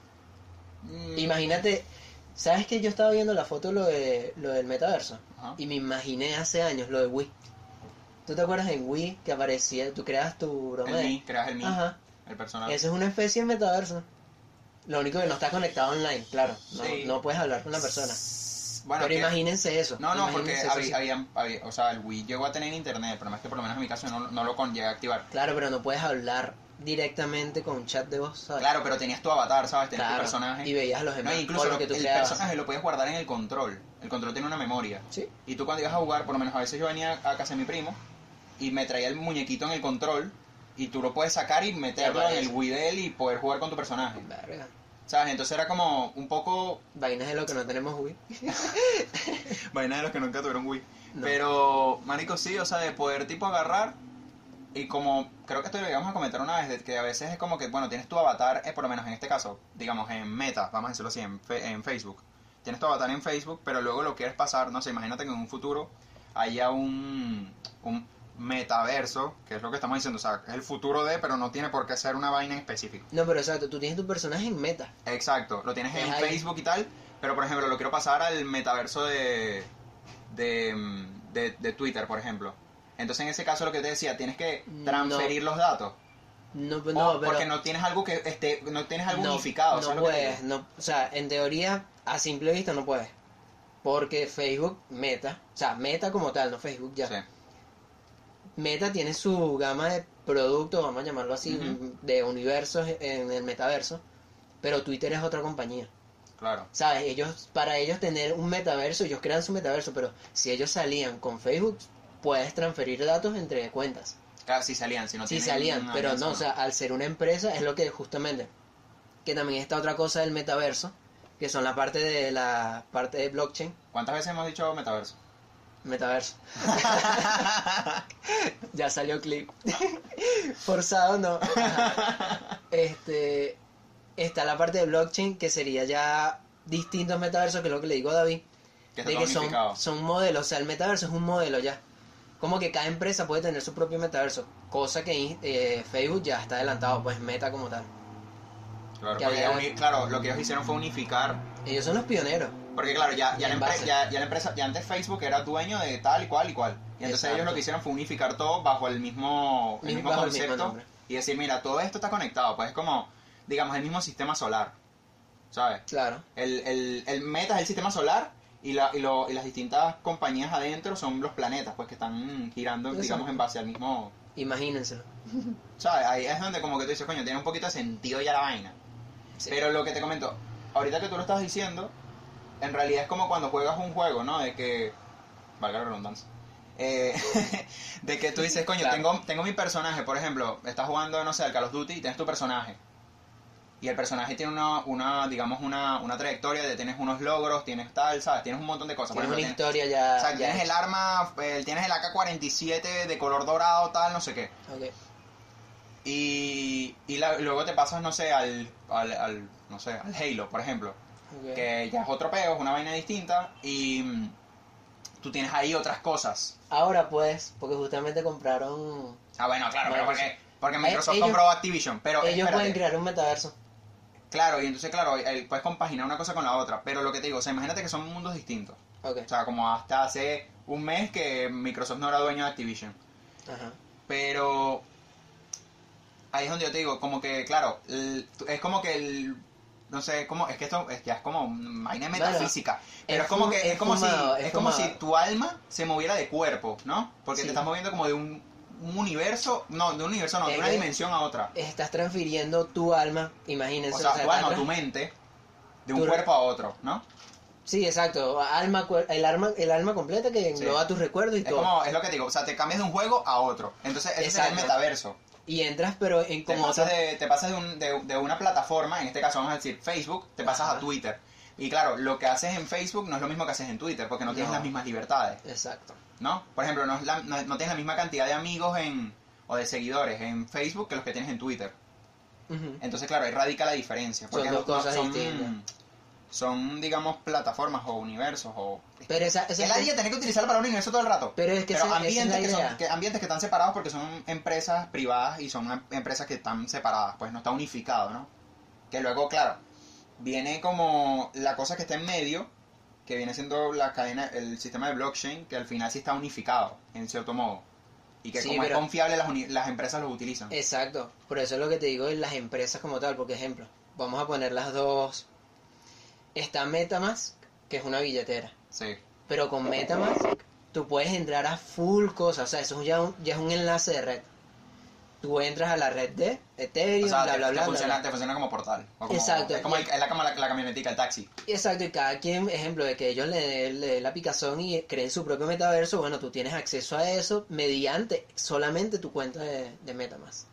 Mm, Imagínate, ¿sabes que yo estaba viendo la foto lo de lo del metaverso? Ajá. Y me imaginé hace años lo de Wii. ¿Tú te acuerdas en Wii que aparecía, tú creas tu broma El de... Mi, creas el Mi, Ajá. el personaje. Eso es una especie de metaverso. Lo único que no está conectado online, claro. No, Sí. no puedes hablar con la persona. Bueno, Pero que- imagínense eso. No, no, porque imagínense eso, sí. había, había- había- o sea, el Wii llegó a tener internet, pero más que por lo menos en mi caso no, no lo con, llegué a activar. Claro, pero no puedes hablar directamente con un chat de voz, ¿sabes? Claro, pero tenías tu avatar, ¿sabes? Tenías Claro, tu personaje. y veías los No, demás, incluso o lo lo- que tú el creabas. personaje lo podías guardar en el control. El control tiene una memoria. Sí. Y tú cuando ibas a jugar, por lo menos a veces yo venía a casa de mi primo y me traía el muñequito en el control y tú lo puedes sacar y meterlo en aparece. el Wii de él y poder jugar con tu personaje. Verga. ¿Sabes? Entonces era como un poco Vainas de lo que no tenemos Wii. vaina de los que nunca tuvieron Wii. No. Pero, marico, sí, o sea, de poder tipo agarrar y como, creo que esto lo íbamos a comentar una vez, de que a veces es como que, bueno, tienes tu avatar, eh, por lo menos en este caso, digamos, en Meta, vamos a decirlo así, en, fe- en Facebook. Tienes tu avatar en Facebook, pero luego lo quieres pasar, no sé, imagínate que en un futuro haya un, un metaverso, que es lo que estamos diciendo, o sea, es el futuro de, pero no tiene por qué ser una vaina en específico. No, pero exacto, tú tienes tu personaje en meta. Exacto, lo tienes Es en ahí. Facebook y tal, pero por ejemplo lo quiero pasar al metaverso de, de, mm, de, de Twitter, por ejemplo. Entonces en ese caso lo que te decía, tienes que transferir los datos. No, pues, O no, pero... porque no tienes algo que esté, no tienes algo no, unificado. No ¿sabes lo que te puedes, digo? no, o sea, en teoría, a simple vista no puedes. Porque Facebook, Meta, o sea, Meta como tal, no Facebook ya. Sí, Meta tiene su gama de productos, vamos a llamarlo así, Ujú. de universos en el metaverso, pero Twitter es otra compañía. claro. ¿Sabes? Ellos, para ellos tener un metaverso, ellos crean su metaverso, pero si ellos salían con Facebook, puedes transferir datos entre cuentas. Claro, si salían, si no Sí tienen salían, una pero alianza, no, o sea, al ser una empresa es lo que justamente, que también está otra cosa del metaverso, que son la parte de la parte de blockchain, ¿Cuántas veces hemos dicho metaverso? metaverso. Ya salió clip. Forzado no. Ajá. Este está la parte de blockchain que sería ya distintos metaversos, que es lo que le digo a David, Que está de todo que son, unificado. son modelos, o sea, el metaverso es un modelo ya. Como que cada empresa puede tener su propio metaverso, cosa que eh, Facebook ya está adelantado, pues Meta como tal. Claro, que porque había- uni- claro, lo que ellos hicieron fue unificar. Ellos son los pioneros. Porque claro, ya, ya, la, En empre- base. ya, ya la empresa, ya antes Facebook era dueño de tal y cual y cual. Y entonces Exacto. ellos lo que hicieron fue unificar todo bajo el mismo, el Mismo- mismo bajo el mismo concepto nombre. y decir, mira, todo esto está conectado, pues es como, digamos, el mismo sistema solar, ¿sabes? Claro. El, el, el meta es el sistema solar y, la, y, lo, y las distintas compañías adentro son los planetas, pues que están girando, Exacto. digamos, en base al mismo... Imagínenselo. ¿Sabes? Ahí es donde como que tú dices, coño, tiene un poquito de sentido ya la vaina. Sí. Pero lo que te comento, ahorita que tú lo estás diciendo, en realidad es como cuando juegas un juego, ¿no? De que, valga la redundancia, eh, de que tú dices, coño, Claro. tengo, tengo mi personaje, por ejemplo, estás jugando, no sé, al Call of Duty y tienes tu personaje. Y el personaje tiene una, una digamos, una, una trayectoria de tienes unos logros, tienes tal, ¿sabes? Tienes un montón de cosas. Por Tienes una ejemplo, tienes, historia ya. o sea, ya tienes el hecha. arma, el- tienes el A K cuarenta y siete de color dorado, tal, no sé qué. Ok. Y, y la- luego te pasas, no sé, al, al, al, no sé, al Halo, por ejemplo. Ok. Que ya es otro peo, es una vaina distinta. Y mm, tú tienes ahí otras cosas. Ahora pues, porque justamente compraron. Ah, bueno, claro, pero Bueno, porque, porque Microsoft ellos- compró Activision. Pero Ellos espérate. pueden crear un metaverso. Claro, y entonces, claro, eh, puedes compaginar una cosa con la otra. Pero lo que te digo, o sea, imagínate que son mundos distintos. Ok. O sea, como hasta hace un mes que Microsoft no era dueño de Activision. Ajá. Pero ahí es donde yo te digo, como que, claro, el- es como que el... No sé, como, es que esto es, ya es como una vaina Bueno, metafísica. pero es es como fu- que es es como fumado, si es es como fumado. si tu alma se moviera de cuerpo, ¿no? Porque Sí. te estás moviendo como de un, un universo, no, de un universo no, de Es una que- dimensión a otra. Estás transfiriendo tu alma, imagínense. O sea, tu alma, estás- tu mente, de un tu- cuerpo a otro, ¿no? Sí, exacto. Alma, cuer- el alma, el alma completa que engloba Sí. tus recuerdos y Es todo. como, es lo que te digo, o sea, te cambias de un juego a otro. Entonces, ese sería el Exacto. metaverso. Y entras, pero en Te como pasas, otro- de, te pasas de, un- de, de una plataforma, en este caso vamos a decir Facebook, te pasas Ajá. a Twitter. Y claro, lo que haces en Facebook no es lo mismo que haces en Twitter, porque no, tienes No. las mismas libertades, Exacto. ¿no? Por ejemplo, no, es la- no, no tienes la misma cantidad de amigos en, o de seguidores en Facebook que los que tienes en Twitter. Ujú. Entonces, claro, ahí radica la diferencia. Porque Son dos no- cosas son- distintas. son, digamos, plataformas o universos o... Pero esa, esa Que la idea tener que utilizarlo para un universo todo el rato. Pero es que esa- esa es ambientes, la que idea. son, que, ambientes que están separados porque son empresas privadas y son em- empresas que están separadas, pues no está unificado, ¿no? Que luego, claro, viene como la cosa que está en medio, que viene siendo la cadena, el sistema de blockchain, que al final sí está unificado, en cierto modo. Y que Sí, como pero- es confiable, las, uni- las empresas lo utilizan. Exacto, por eso es lo que te digo de las empresas como tal, porque ejemplo, vamos a poner las dos. Está MetaMask, que es una billetera, Sí. pero con MetaMask tú puedes entrar a full cosas, o sea, eso ya, un- ya es un enlace de red. Tú entras a la red de Ethereum, O sea, bla, te, bla, te bla, bla, funciona, bla. te funciona como portal. O como- Exacto. Es como, el- es la, como la, la camionetica, el taxi. Exacto, y cada quien, ejemplo, de que ellos le, le den la picazón y creen su propio metaverso, bueno, tú tienes acceso a eso mediante solamente tu cuenta de, de MetaMask.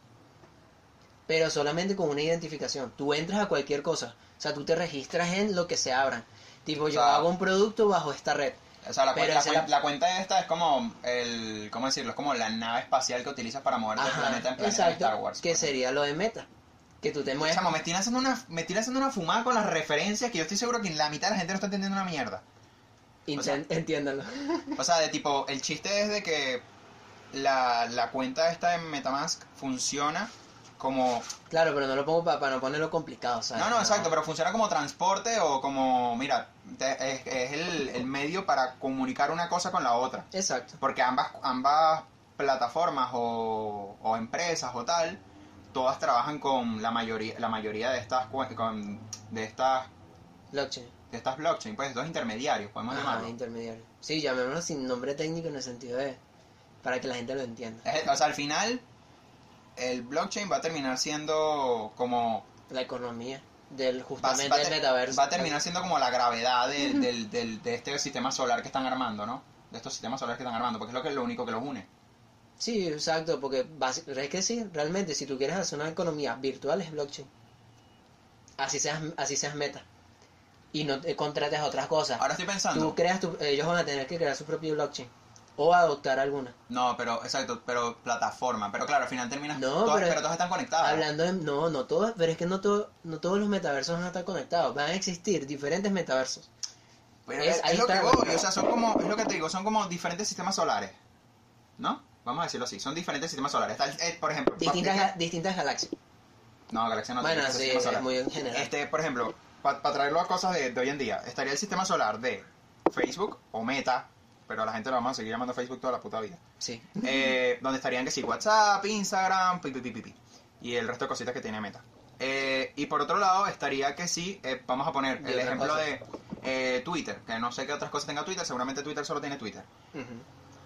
Pero solamente con una identificación. Tú entras a cualquier cosa. O sea, tú te registras en lo que se abran. Tipo, yo sea, hago un producto bajo esta red. O sea, la, Pero cuen- la, esa cuen- la- la cuenta esta es como el... ¿Cómo decirlo? Es como la nave espacial que utilizas para moverte de Ajá, planeta en planeta exacto, en Star Wars. que por ejemplo. sería lo de Meta. Que tú te mueves. Chamo, me estoy haciendo una, me estoy haciendo una fumada con las referencias que yo estoy seguro que la mitad de la gente no está entendiendo una mierda. o sea- Inten- entiéndalo. O sea, de tipo, el chiste es de que la, la cuenta esta de Metamask funciona como... Claro, pero no lo pongo para no ponerlo complicado, ¿sabes? No, no, exacto, pero funciona como transporte o como, mira, te- es, es el, el medio para comunicar una cosa con la otra. Exacto. Porque ambas, ambas plataformas o, o empresas o tal, todas trabajan con la mayoría, la mayoría de estas cue- con, de estas Blockchain. de estas blockchain, pues estos intermediarios, podemos Ajá, llamarlo. intermediario. Sí, llamémoslo sin nombre técnico en el sentido de... para que la gente lo entienda. Es- o sea, al final el blockchain va a terminar siendo como La economía del va, justamente va a el ter- metaverso. va a terminar siendo como la gravedad de, del, del- de este sistema solar que están armando, ¿no? De estos sistemas solares que están armando, porque es lo que es lo único que los une. Sí, exacto, porque basi- es que sí, realmente si tú quieres hacer una economía virtual es blockchain. Así seas, así seas meta. Y no te contrates a otras cosas. Ahora estoy pensando. Tú creas tu, ellos van a tener que crear su propio blockchain. O adoptar alguna. No, pero, exacto, pero plataforma. Pero claro, al final terminas. No, todas, pero- pero, todas están conectadas. Hablando de... No, no todos, pero es que no, todo, no todos los metaversos van a estar conectados. Van a existir diferentes metaversos. Pero es- es, ahí es lo que está. voy, o sea, son como, es lo que te digo, son como diferentes sistemas solares. ¿No? Vamos a decirlo así, son diferentes sistemas solares. Está el- eh, por ejemplo, Distintas, pa- ga- distintas galaxias. no, Galaxia no Bueno, tiene que ser sí, sistema es solar. muy en general. Este, por ejemplo, para traerlo a cosas de, de hoy en día, estaría el sistema solar de Facebook o Meta, pero a la gente lo vamos a seguir llamando Facebook toda la puta vida. Sí. Eh, donde estarían que sí, WhatsApp, Instagram, pi, pi, pi, pi, pi, y el resto de cositas que tiene Meta. Eh, y por otro lado estaría que sí, eh, vamos a poner Y el otra ejemplo cosa. de eh, Twitter, que no sé qué otras cosas tenga Twitter, seguramente Twitter solo tiene Twitter. Ujú.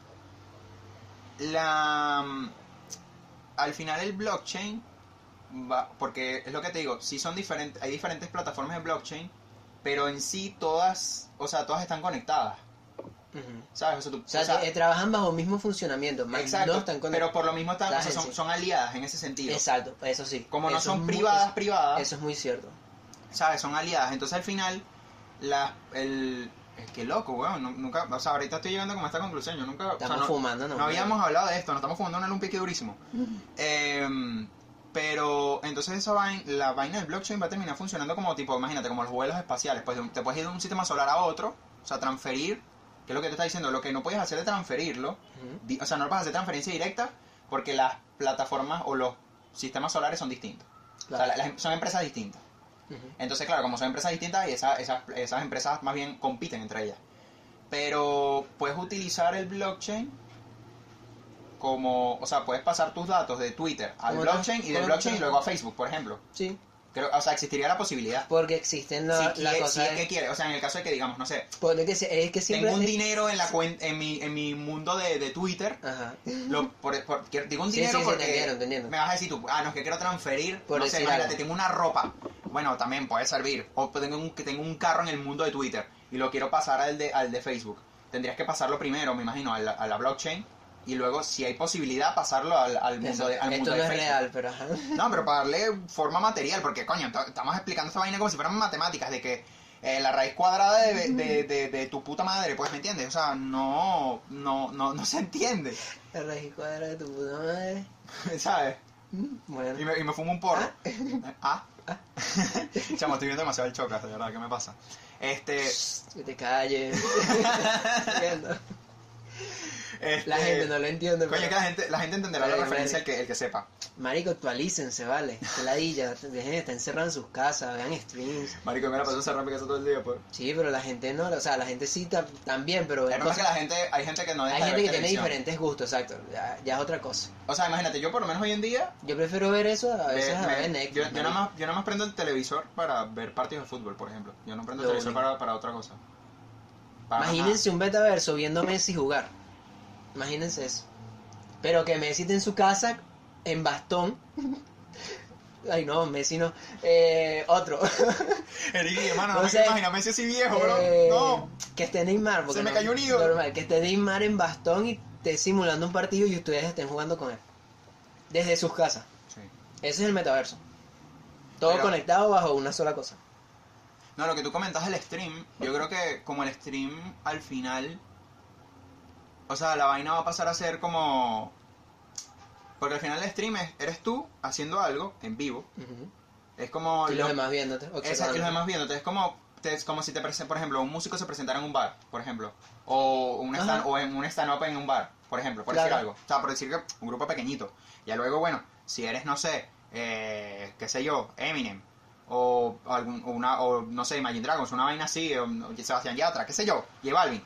La mm, al final el blockchain va, porque es lo que te digo, sí son diferentes, hay diferentes plataformas de blockchain, pero en sí todas, o sea, todas están conectadas, Ujú. ¿sabes? O sea, tú- O sea, o sea, eh, trabajan bajo el mismo funcionamiento, más exacto, no están pero conectados. por lo mismo están, o sea, Trajen, son, sí. son aliadas en ese sentido. Exacto, eso sí. Como no Eso son es muy- privadas, eso- privadas, Eso es muy cierto. ¿sabes? Son aliadas. Entonces al final, la, el... Es que loco, weón. nu- Nunca, o sea, ahorita estoy llegando como a esta conclusión. Yo nunca... o sea, Estamos no, fumando, ¿no? no habíamos hablado de esto. Nos estamos fumando una lumpia que durísimo. Em, pero entonces esa vaina, la vaina del blockchain va a terminar funcionando como tipo, imagínate, como los vuelos espaciales. Pues te puedes ir de un sistema solar a otro, o sea, transferir, que es lo que te está diciendo. Lo que no puedes hacer es transferirlo, Ujú. di- o sea, no puedes hacer transferencia directa porque las plataformas o los sistemas solares son distintos. Claro. O sea, las- son empresas distintas. Ujú. Entonces, claro, como son empresas distintas, y esa- esas, esas empresas más bien compiten entre ellas. Pero puedes utilizar el blockchain como, o sea, puedes pasar tus datos de Twitter al Como blockchain otras- y del como blockchain otras- luego a Facebook, por ejemplo. Sí, Creo, o sea, existiría la posibilidad. porque existen la, si la quiere- cosa si es de- que quiere, o sea, en el caso de que digamos, no sé, porque que se- es que siempre tengo un es- dinero en la cuen- en mi en mi mundo de, de Twitter, Ajá. lo, por, por- quiero- digo un Sí, dinero sí, sí, porque te entiendo, te entiendo. me vas a decir tú, ah, no, es que quiero transferir, Por no sé, decir imagínate, algo. tengo una ropa, bueno, también puede servir, o tengo un, que tengo un carro en el mundo de Twitter y lo quiero pasar al de, al de Facebook, tendrías que pasarlo primero, me imagino, a la, a la blockchain, y luego, si hay posibilidad, pasarlo al, al mundo Eso. de, al Esto mundo no de es Facebook. real, pero ajá. No, pero para darle forma material, porque coño, t- estamos explicando esta vaina como si fueran matemáticas, de que eh, la raíz cuadrada de, de, de, de tu puta madre, pues, ¿me entiendes? O sea, no, no, no, no se entiende, La raíz cuadrada de tu puta madre. ¿sabes? Bueno. Y me, y me fumo un porro. Ah, Ah, Chamo, estoy viendo demasiado el Chocas, de verdad, ¿qué me pasa? Este... que te calles. Viendo. este La gente no lo entiende. Coño, pero- que la gente, la gente entenderá la Vale, referencia vale. el que, el que sepa. Marico, actualícense, vale. Que ladilla, dejen de estar encerrados en sus casas, vean streams. Marico, me la paso cerrando mi casa todo el día, pues. Sí, pero la gente no, o sea, la gente sí ta- también, pero El es problema es que cosa- la gente, hay gente que no deja hay de gente ver que tiene televisión. diferentes gustos, exacto. Ya, ya es otra cosa. O sea, imagínate, yo por lo menos hoy en día, Yo prefiero ver eso a me- veces a me- ver Netflix. yo, yo nada marico. más, yo nada más prendo el televisor para ver partidos de fútbol, por ejemplo. Yo no prendo el Lo televisor único. para, para otra cosa. Para más Imagínense un betaverso viendo a Messi jugar. Imagínense eso. Pero que Messi esté en su casa en bastón. Ay no, Messi no. Eh, otro. nada. Enrique, hermano, no No me sé. quiero imaginar Messi así viejo, bro. Eh, No. Que esté Neymar. porque Se me no- cayó un hilo. Normal, que esté Neymar en bastón y esté simulando un partido y ustedes estén jugando con él. Desde sus casas. Sí. Ese es el metaverso. Todo Pero- conectado bajo una sola cosa. No, lo que tú comentas del stream, yo creo que como el stream al final, o sea, la vaina va a pasar a ser como... Porque al final el stream es, eres tú haciendo algo en vivo. Ujú. Es como... Y los lo- demás viéndote. Esa- y observando. los demás viéndote. Es como, te- es como si te presen- por ejemplo, un músico se presentara en un bar, por ejemplo. O, un stand, Ajá. o en un stand-up en un bar, por ejemplo, por Claro. decir algo. O sea, por decir que un grupo pequeñito. Ya luego, bueno, si eres, no sé, eh, qué sé yo, Eminem. O, algún, o una, o no sé, Imagine Dragons, una vaina así, o, o Sebastián Yatra, qué sé yo, J Balvin.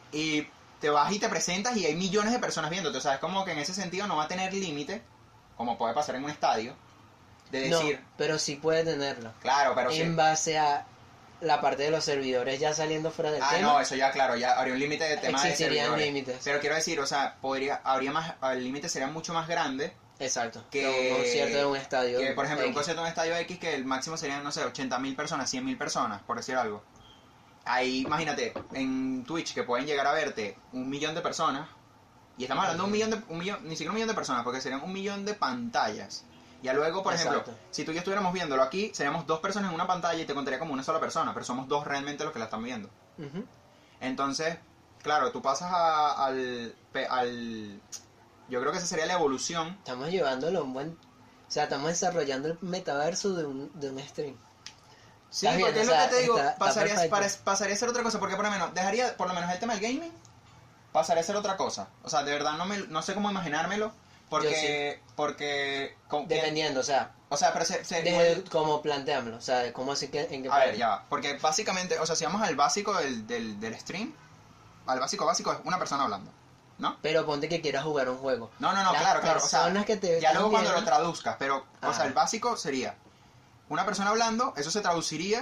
Y te vas y te presentas y hay millones de personas viéndote. O sea, es como que en ese sentido no va a tener límite, como puede pasar en un estadio, de decir, No, pero sí puede tenerlo. claro, pero sí. En base a la parte de los servidores ya saliendo fuera del Ah, tema. no, eso ya, claro, ya habría un límite de tema de Existirían servidores. límites. Pero quiero decir, o sea, podría, habría más, el límite sería mucho más grande Exacto. que Que un concierto de un estadio. que, por ejemplo, un X. concierto en un estadio X que el máximo serían, no sé, ochenta mil personas, cien mil personas, por decir algo. Ahí, imagínate, en Twitch que pueden llegar a verte un millón de personas, y estamos hablando de un millón de, un millón, ni siquiera un millón de personas, porque serían un millón de pantallas. Ya luego, por ejemplo, Exacto. si tú y yo estuviéramos viéndolo aquí, seríamos dos personas en una pantalla y te contaría como una sola persona, pero somos dos realmente los que la están viendo. Ujú. Entonces, claro, tú pasas a- al, pe- al... Yo creo que esa sería la evolución. Estamos llevándolo a un buen... O sea, estamos desarrollando el metaverso de un, de un stream. Sí, Está bien, porque es o lo sea, que te digo, está- está pasaría, perfecto. pare- pasaría a ser otra cosa, porque por lo menos, dejaría, por lo menos el tema del gaming, pasaría a ser otra cosa. O sea, de verdad no, me, no sé cómo imaginármelo, porque... porque con- que- Dependiendo, o sea, o sea, pero se... se- desde cómo planteámoslo. O sea, de cómo así que... En qué a ver, parte. ya va, porque básicamente, o sea, si vamos al básico del, del, del stream, al básico básico es una persona hablando, ¿no? Pero ponte que quieras jugar un juego. No, no, no, Las claro, claro. O sea, personas que te ya luego están cuando lo viendo- traduzcas, pero, o sea, Ah. el básico sería una persona hablando, eso se traduciría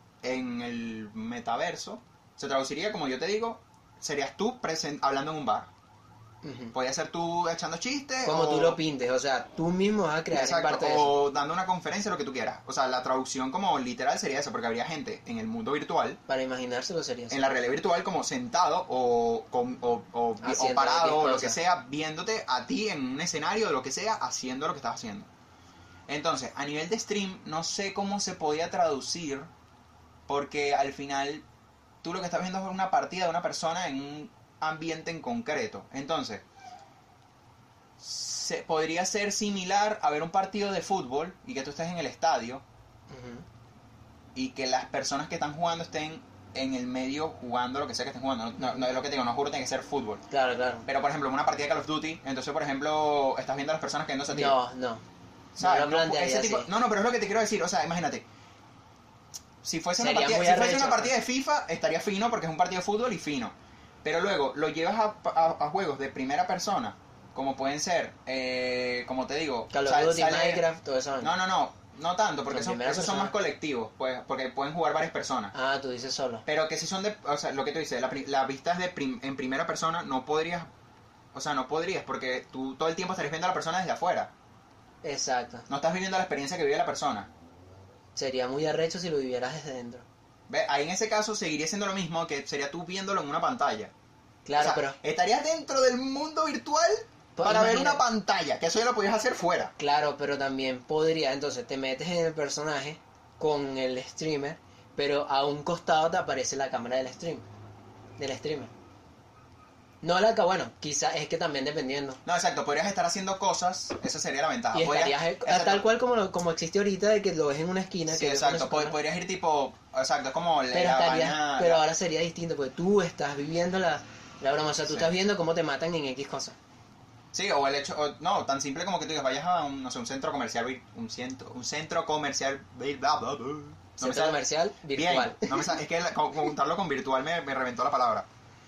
en el metaverso, se traduciría, como yo te digo, serías tú presen- hablando en un bar. Ujú. Podría ser tú echando chistes. Como o, tú lo pintes, o sea, tú mismo vas a crear en Exacto, parte de eso. o dando una conferencia, lo que tú quieras. O sea, la traducción como literal sería eso, porque habría gente en el mundo virtual, Para imaginárselo sería así. en la realidad virtual, como sentado o, con- o, o- o Haciendo parado X o lo cosa. que sea, viéndote a ti en un escenario de lo que sea, haciendo lo que estás haciendo. Entonces, a nivel de stream, no sé cómo se podía traducir, porque al final tú lo que estás viendo es una partida de una persona en un ambiente en concreto. Entonces, se, podría ser similar a ver un partido de fútbol y que tú estés en el estadio Ujú. y que las personas que están jugando estén en el medio jugando lo que sea que estén jugando. No, no es lo que te digo, no juro tiene que ser fútbol. Claro, claro. Pero por ejemplo, en una partida de Call of Duty, entonces por ejemplo, estás viendo a las personas cayéndose a ti. No, no. ¿Sabes? No lo No, plantearía ese tipo- así. no, no, pero es lo que te quiero decir. O sea, imagínate. Si fuese una Sería partida, muy si fuese arrecho, una partida de pues. FIFA, estaría fino porque es un partido de fútbol y fino. Pero luego lo llevas a, a- a juegos de primera persona, como pueden ser, eh, como te digo, Call of sal- Duty, sale- Minecraft, todo eso. No, no, no, no tanto, porque Con son, primera esos son persona. más colectivos, pues, porque pueden jugar varias personas. Ah, tú dices solo. Pero que si son de, o sea, lo que tú dices, la, pri- la vista es de prim- en primera persona, no podrías, o sea, no podrías, porque tú todo el tiempo estarías viendo a la persona desde afuera. Exacto. No estás viviendo la experiencia que vive la persona. Sería muy arrecho si lo vivieras desde dentro. ¿Ve? Ahí en ese caso seguiría siendo lo mismo, que sería tú viéndolo en una pantalla. Claro, O sea, pero... estarías dentro del mundo virtual Pues para ver imagina- una pantalla, que eso ya lo podías hacer fuera. Claro, pero también podría... Entonces te metes en el personaje con el streamer, pero a un costado te aparece la cámara del stream. Del streamer. No la que, bueno, quizá es que también dependiendo. No, exacto, podrías estar haciendo cosas, esa sería la ventaja. Y Podrías- estarías, eh, exacto. tal cual como, lo- como existe ahorita, de que lo ves en una esquina. Sí, que ves exacto, una pod- esquina. podrías ir tipo, exacto, es como la, Pero, la estarías, vaina- pero la- ahora sería distinto, porque tú estás viviendo la, la broma. O sea, tú Sí. estás viendo cómo te matan en X cosas. Sí, o el hecho, o- no, tan simple como que tú digas, vayas a un, no sé, un centro comercial, vir- un centro, un centro comercial, vir- bla, bla, bla. No me Centro sale- comercial virtual. Bien, no me sale- es que la- co- conjuntarlo con virtual me, me reventó la palabra.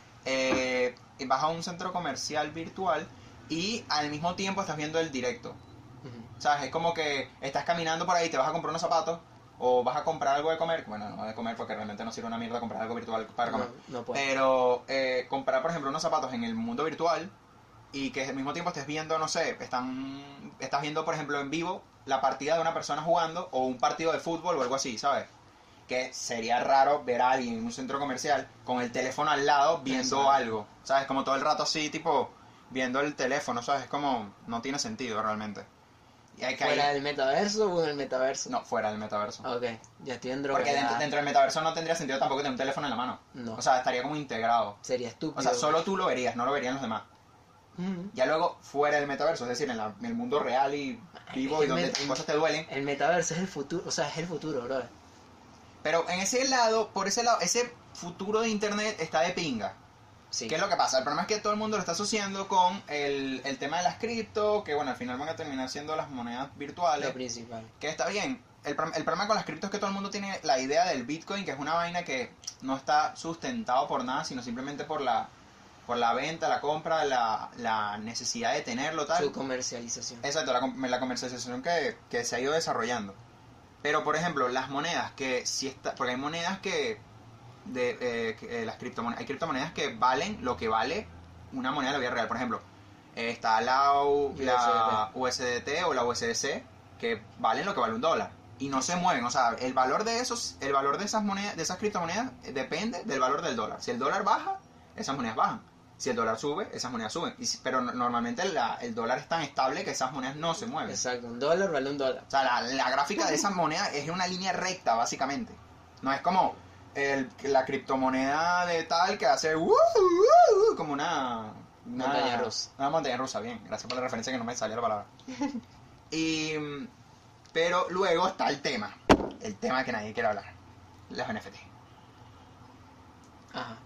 Eh, vas a un centro comercial virtual y al mismo tiempo estás viendo el directo. Ujú. ¿Sabes? Es como que estás caminando por ahí, te vas a comprar unos zapatos o vas a comprar algo de comer. Bueno, no de comer porque realmente no sirve una mierda comprar algo virtual para comer. No, no puedo. Pero eh, comprar, por ejemplo, unos zapatos en el mundo virtual y que al mismo tiempo estés viendo, no sé, están, estás viendo, por ejemplo, en vivo la partida de una persona jugando o un partido de fútbol o algo así, ¿sabes? Que sería raro ver a alguien en un centro comercial con el teléfono al lado viendo Exacto. algo, ¿sabes? Como todo el rato así, tipo, viendo el teléfono, ¿sabes? Es como, no tiene sentido realmente. Y hay que ¿Fuera ir- del metaverso o en el metaverso? No, fuera del metaverso. Ok, ya estoy en droga. Porque ya. dentro, dentro del metaverso no tendría sentido tampoco tener un teléfono en la mano. No. O sea, estaría como integrado. Sería estúpido. O sea, solo tú lo verías, no lo verían los demás. Ujú. Ya luego, fuera del metaverso, es decir, en, la- en el mundo real y vivo y El donde met- cosas te duelen. El metaverso es el futuro, o sea, es el futuro, bro. Pero en ese lado, por ese lado, ese futuro de internet está de pinga. Sí. ¿Qué es lo que pasa? El problema es que todo el mundo lo está asociando con el, el tema de las cripto, que bueno, al final van a terminar siendo las monedas virtuales. Lo principal. Que está bien. El, pro- el problema con las criptos es que todo el mundo tiene la idea del Bitcoin, que es una vaina que no está sustentado por nada, sino simplemente por la por la venta, la compra, la, la necesidad de tenerlo, tal. Su comercialización. Exacto, la, com- la comercialización que, que se ha ido desarrollando. Pero, por ejemplo, las monedas que si está... Porque hay monedas que... de eh, que, eh, las criptomonedas, hay criptomonedas que valen lo que vale una moneda de la vida real. Por ejemplo, eh, está la, U- la U S D T o la U S D C, que valen lo que vale un dólar. Y no se mueven. O sea, el valor de esos, el valor de esas monedas, de esas criptomonedas, eh, depende del valor del dólar. Si el dólar baja, esas monedas bajan. Si el dólar sube, esas monedas suben. Y si- pero no- normalmente la- el dólar es tan estable que esas monedas no se mueven. Exacto, un dólar vale un dólar. O sea, la, la gráfica de esas monedas es una línea recta, básicamente. No es como el, la criptomoneda de tal que hace uh, uh, uh, como una, una Montaña rusa. Una montaña rusa, bien. Gracias por la referencia que no me salía la palabra. Y, pero luego está el tema. El tema que nadie quiere hablar. Los N F T. Ajá.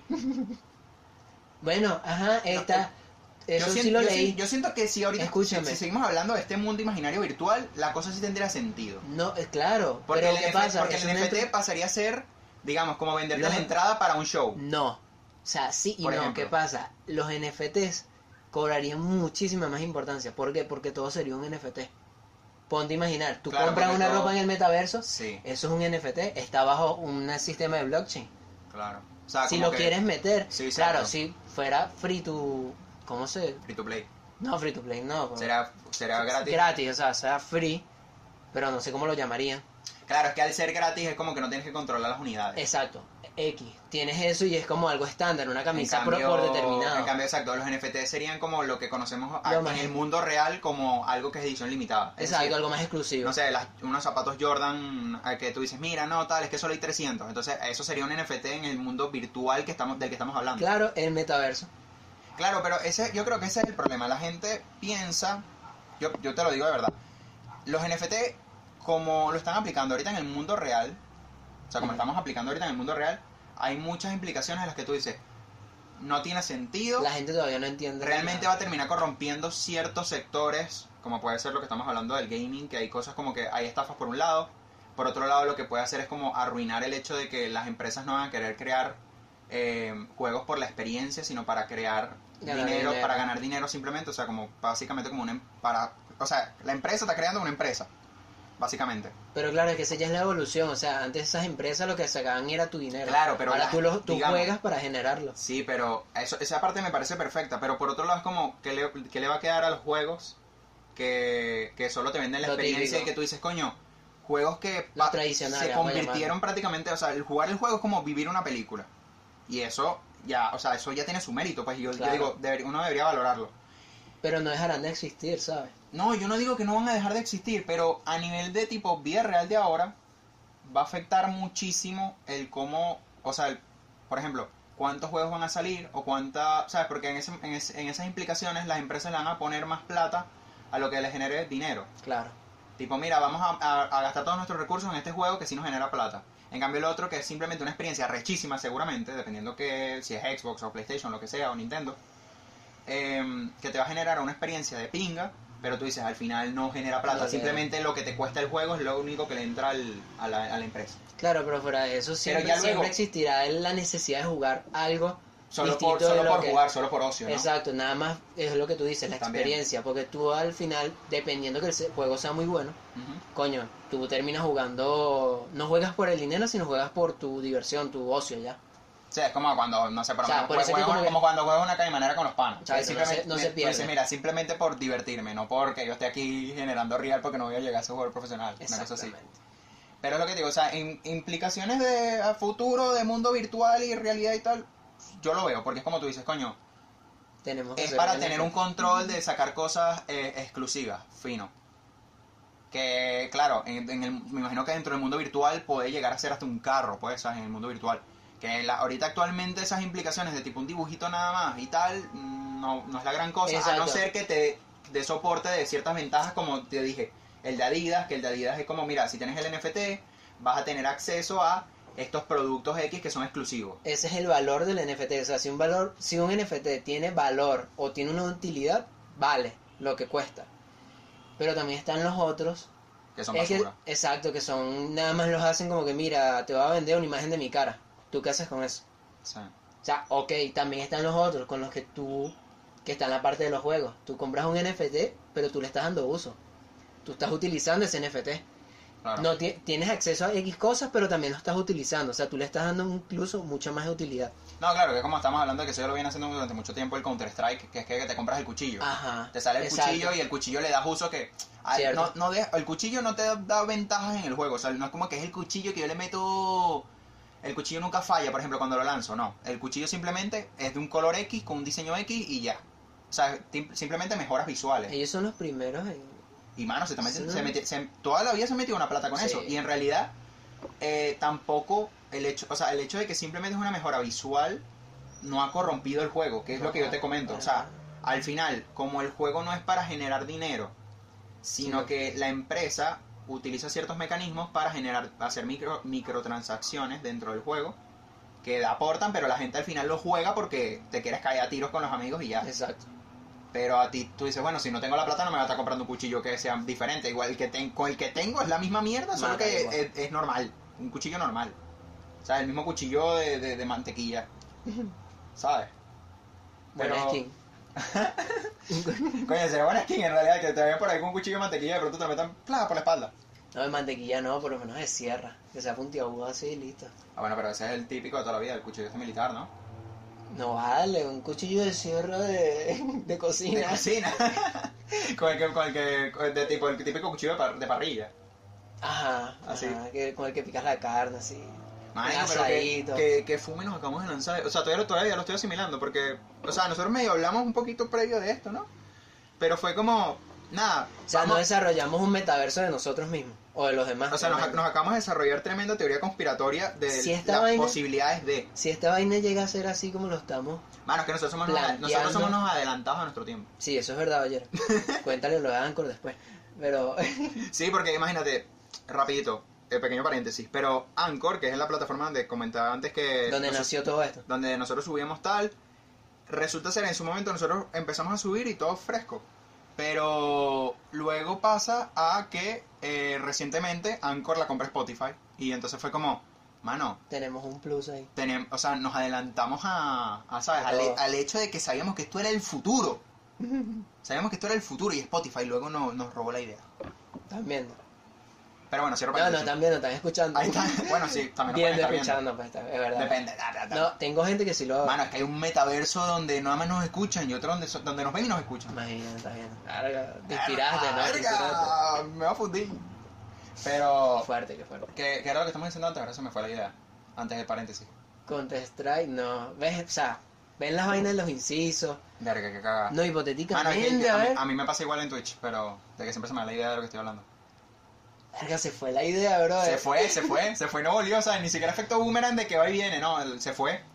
Bueno, ajá, esta. Eso yo, sí siento, lo yo leí. si- yo siento que si ahorita Escúchame. Si, si seguimos hablando de este mundo imaginario virtual, la cosa sí tendría sentido. No, es claro. Porque pero el, ¿qué N F T pasa? porque Es el un N F T entro- pasaría a ser, digamos, como venderte Los- la entrada para un show. No. O sea, sí y Por no. ejemplo. ¿Qué pasa? Los N F Ts cobrarían muchísima más importancia. ¿Por qué? Porque todo sería un N F T. Ponte a imaginar, tú Claro, compras porque una todo- ropa en el metaverso, Sí, eso es un N F T, está bajo un sistema de blockchain. claro. O sea, Si como lo que quieres meter, Sí, exacto. claro, si fuera free to... ¿Cómo se...? Free to play. No, free to play, no. pues, Será, será gratis. Gratis, o sea, sea free, pero no sé cómo lo llamarían. Claro, es que al ser gratis es como que no tienes que controlar las unidades. Exacto, X. Tienes eso y es como algo estándar, una En camisa cambio, por, por determinado. En cambio, exacto, los N F T serían como lo que conocemos a- Lo en más- el mundo real como algo que es edición limitada. Es Exacto, decir, algo más exclusivo. no sé, las- unos zapatos Jordan eh, que tú dices, mira, no, tal, es que solo hay trescientos. Entonces, eso sería un N F T en el mundo virtual que estamos, del que estamos hablando. Claro, el metaverso. Claro, pero ese, yo creo que ese es el problema. La gente piensa, yo, yo te lo digo de verdad, los N F T, como lo están aplicando ahorita en el mundo real, o sea, como Ujú. estamos aplicando ahorita en el mundo real, hay muchas implicaciones en las que tú dices, no tiene sentido, La gente todavía no entiende. realmente va a terminar corrompiendo ciertos sectores, como puede ser lo que estamos hablando del gaming, que hay cosas como que hay estafas por un lado, por otro lado lo que puede hacer es como arruinar el hecho de que las empresas no van a querer crear eh, juegos por la experiencia, sino para crear Ganar dinero, dinero. para ganar dinero simplemente, o sea, como básicamente como una em- para, o sea, la empresa está creando una empresa, básicamente. Pero claro, es que esa ya es la evolución. O sea, antes esas empresas lo que sacaban era tu dinero. Claro, pero ahora las- tú, lo, tú digamos- juegas para generarlo. Sí, pero eso, esa parte me parece perfecta, pero por otro lado es como, ¿qué le, qué le va a quedar a los juegos que, que solo te venden la Lo experiencia típico. y que tú dices, coño, juegos que Los pa- tradicionales, se vamos a convirtieron llamarlo. prácticamente, o sea, el jugar el juego es como vivir una película. Y eso ya, o sea, eso ya tiene su mérito, pues yo, yo Claro. digo, deber- uno debería valorarlo. Pero no dejarán de existir, ¿sabes? No, yo no digo que no van a dejar de existir, pero a nivel de tipo vida real de ahora, va a afectar muchísimo el cómo, o sea, el- por ejemplo, cuántos juegos van a salir o cuánta, ¿sabes? Porque en, ese, en, ese, en esas implicaciones las empresas le van a poner más plata a lo que les genere dinero. Claro. Tipo, mira, vamos a, a, a gastar todos nuestros recursos en este juego que sí nos genera plata. En cambio el otro, que es simplemente una experiencia rechísima seguramente, dependiendo que si es Xbox o PlayStation, lo que sea, o Nintendo, eh, que te va a generar una experiencia de pinga, pero tú dices, al final no genera plata, No, simplemente lo que te cuesta el juego es lo único que le entra al, a, la, a la empresa. Claro, pero fuera de eso siempre, ya luego- siempre existirá la necesidad de jugar algo Solo distinto por, solo de lo por que... jugar, solo por ocio, ¿no? Exacto, nada más es lo que tú dices, la También. experiencia, porque tú al final, dependiendo que el se- juego sea muy bueno, Ujú. coño, tú terminas jugando, no juegas por el dinero, sino juegas por tu diversión, tu ocio ya. Sí, es como cuando, no sé, por O sea, ejemplo, por eso juego- que como como, que- cuando juego una caimanera con los panos. Exacto, Es no simplemente- se- no se me- tú pierde. dices, mira, simplemente por divertirme, no porque yo esté aquí generando real porque no voy a llegar a ser jugador profesional, una cosa así. Exactamente. Pero es lo que digo, o sea, en implicaciones de a futuro, de mundo virtual y realidad y tal, yo lo veo, porque es como tú dices, coño, Tenemos que es hacer para un tener un control de sacar cosas eh, exclusivas, fino. Que, claro, en, en el, me imagino que dentro del mundo virtual puede llegar a ser hasta un carro, pues, ¿sabes? En el mundo virtual. Que la, ahorita actualmente esas implicaciones de tipo un dibujito nada más y tal, mm, no, no es la gran cosa, a Exacto. no ser que te dé soporte de ciertas ventajas, como te dije, el de Adidas, que el de Adidas es como, mira, si tienes el N F T, vas a tener acceso a estos productos X que son exclusivos. Ese es el valor del N F T, o sea, si un valor, si un N F T tiene valor o tiene una utilidad, vale lo que cuesta. Pero también están los otros, Que son es que, basura. exacto, que son, nada más los hacen como que, mira, te voy a vender una imagen de mi cara, ¿tú qué haces con eso? Sí. O sea, ok, también están los otros con los que tú, que está en la parte de los juegos, tú compras un N F T, pero tú le estás dando uso, tú estás utilizando ese N F T. Claro. No ti- tienes acceso a X cosas, pero también lo estás utilizando. O sea, tú le estás dando incluso mucha más utilidad. No, claro, que como estamos hablando de que eso ya lo viene haciendo durante mucho tiempo el Counter-Strike, que es que te compras el cuchillo. Ajá. Te sale el exacto. cuchillo y el cuchillo le das uso que... al- Cierto. no, no de- el cuchillo no te da, da ventajas en el juego, o sea, no es como que es el cuchillo que yo le meto... El cuchillo nunca falla, por ejemplo, cuando lo lanzo, no. El cuchillo simplemente es de un color X, con un diseño X y ya. O sea, tim- simplemente mejoras visuales. Ellos son los primeros en... Y mano, se te mete- Sí. se meti- se- toda la vida se ha metido una plata con Sí. eso. Y en realidad, eh, tampoco el hecho, o sea, el hecho de que simplemente es una mejora visual no ha corrompido el juego, que es No, lo que yo te comento. para O sea, nada. al final, como el juego no es para generar dinero, sino Sí. que la empresa utiliza ciertos mecanismos para generar, hacer micro, microtransacciones dentro del juego que aportan, pero la gente al final lo juega porque te quieres caer a tiros con los amigos y ya. Exacto. Pero a ti, tú dices, bueno, si no tengo la plata no me voy a estar comprando un cuchillo que sea diferente. Igual el que ten- con el que tengo es la misma mierda, solo Mata que igual. es, es normal. Un cuchillo normal. O sea, el mismo cuchillo de, de, de mantequilla. ¿Sabes? Buena Pero- skin. Coño, sería buena skin en realidad, que te vean por ahí con un cuchillo de mantequilla y de pronto te metan plá, por la espalda. No, de mantequilla no, por lo menos de sierra. Que sea puntiagudo así y listo. Ah, bueno, pero ese es el típico de toda la vida, el cuchillo este militar, ¿no? No vale, un cuchillo de sierra de, de De cocina. cocina. con el que, con el que, con el de tipo, el típico cuchillo de, par- de parrilla. Ajá, Así. ajá, que, con el que picas la carne, así. Marico, Un pero que, asadito. que, que fume nos acabamos de lanzar. O sea, todavía, todavía lo estoy asimilando porque, o sea, nosotros medio hablamos un poquito previo de esto, ¿no? Pero fue como, nada. O sea, no vamos- desarrollamos un metaverso de nosotros mismos o de los demás. o sea, nos, obviamente. nos acabamos de desarrollar tremenda teoría conspiratoria de Si esta las vaina- posibilidades de. Si esta vaina llega a ser así como lo estamos... Mano, es que nosotros somos, los, Planteando. nosotros somos los adelantados a nuestro tiempo. Sí, eso es verdad, ayer. Cuéntale lo de Anchor después. Pero... Sí, porque imagínate, rapidito, el pequeño paréntesis, pero Anchor, que es la plataforma donde comentaba antes que... donde noso- nació todo esto. donde nosotros subíamos tal, resulta ser en su momento nosotros empezamos a subir y todo fresco. Pero luego pasa a que eh, recientemente Anchor la compra Spotify y entonces fue como, mano, Tenemos un plus ahí. tenem- o sea, nos adelantamos a, a, ¿sabes? A Al, todo. al hecho de que sabíamos que esto era el futuro. Sabíamos que esto era el futuro y Spotify luego no- nos robó la idea. ¿Están viendo? Pero bueno, cierro No, no paréntesis. están viendo, están escuchando. Ahí está. Bueno, sí, también nos Viendo, pueden estar viendo. escuchando, pues, está- es verdad. Depende. da, da, da. No, tengo gente que sí lo... Mano, es que hay un metaverso donde nada más nos escuchan y otro donde, so- donde nos ven y nos escuchan. Imagínate, está viendo. Verga, te inspiraste, ¿no? Te Verga, inspiraste. me va a fundir. Pero, Fuerte, que fuerte. ¿qué, qué era lo que estamos diciendo antes? Ahora se me fue la idea. Antes del paréntesis. Counter Strike, no. ¿Ves? O sea, ven las vainas de los incisos. Verga, qué cagada. No, Mano, es hipotéticamente, que a a, mí, ver. a mí me pasa igual en Twitch, pero de que siempre se me da la idea de lo que estoy hablando. Verga, se fue la idea, bro. Se fue, se fue, se fue, no volvió, o sea, ni siquiera efecto boomerang de que va y viene, no, el- se fue.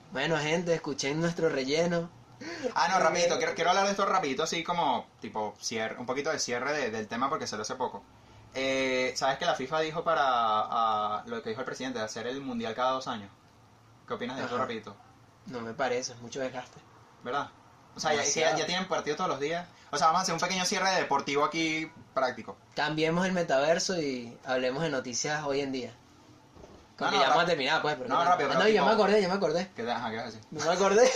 Bueno, gente, escuchen nuestro relleno. Ah, no, rapidito, quiero, quiero hablar de esto rapidito, así como, tipo, cierre, un poquito de cierre de- del tema porque salió hace poco. Eh, ¿Sabes que la FIFA dijo para a, lo que dijo el presidente, de hacer el mundial cada dos años? ¿Qué opinas de eso Ajá. rapidito? No me parece, es mucho desgaste. ¿Verdad? O sea, ya, es que ya, Demasiado. ya tienen partido todos los días. O sea, vamos a hacer un pequeño cierre deportivo aquí práctico. Cambiemos el metaverso y hablemos de noticias hoy en día. No, Porque no, ya vamos rap- a terminar, pues. Pero no, ¿qué tal? rápido, Ah, pero no, ya tipo- me acordé, ya me acordé. ¿Qué, ajá, ¿qué vas a decir? No me acordé.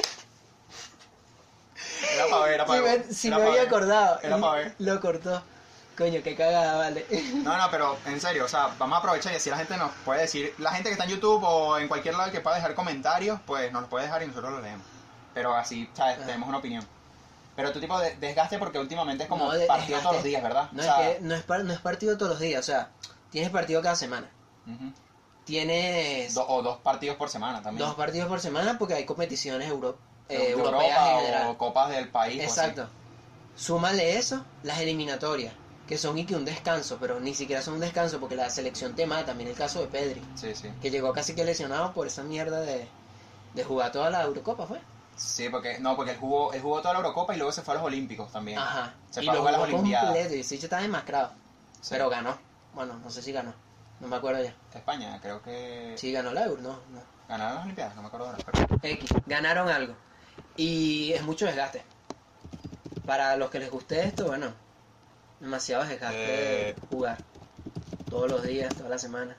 Era para ver, era Si para ver. me, si Era me pa' había ver. acordado. Era y para ver. Lo cortó. Coño, qué cagada, vale. No, no, pero en serio, o sea, vamos a aprovechar y así la gente nos puede decir, la gente que está en YouTube o en cualquier lado que pueda dejar comentarios, pues nos los puede dejar y nosotros los leemos. Pero así, ¿sabes? Ah. Tenemos una opinión. Pero tu tipo de desgaste porque últimamente es como No, de- partido desgaste. todos los días, ¿verdad? No, o sea, es que no es, par- no es partido todos los días, o sea, tienes partido cada semana. ujú. Tienes Do- o dos partidos por semana también. dos partidos por semana porque hay competiciones euro, De eh, Europa europeas en general. o copas del país. o así. Exacto. Súmale eso, las eliminatorias, que son y que un descanso, pero ni siquiera son un descanso porque la selección te mata. También el caso de Pedri, Sí, sí. que llegó casi que lesionado por esa mierda de, de jugar toda la Eurocopa, ¿fue? Sí, porque no, porque él jugó, él jugó toda la Eurocopa y luego se fue a los Olímpicos también. Ajá. Se y fue a lo jugar a jugó las Olimpiadas. completo y ese bicho estaba enmascarado. Sí. Pero ganó. Bueno, no sé si ganó. No me acuerdo ya. España, creo que Sí, ganó la Euro, no, no. ganaron las Olimpiadas, no me acuerdo ahora. Pero... X, ganaron algo. Y es mucho desgaste. Para los que les guste esto, bueno, demasiado desgaste Eh. jugar. Todos los días, toda la semana.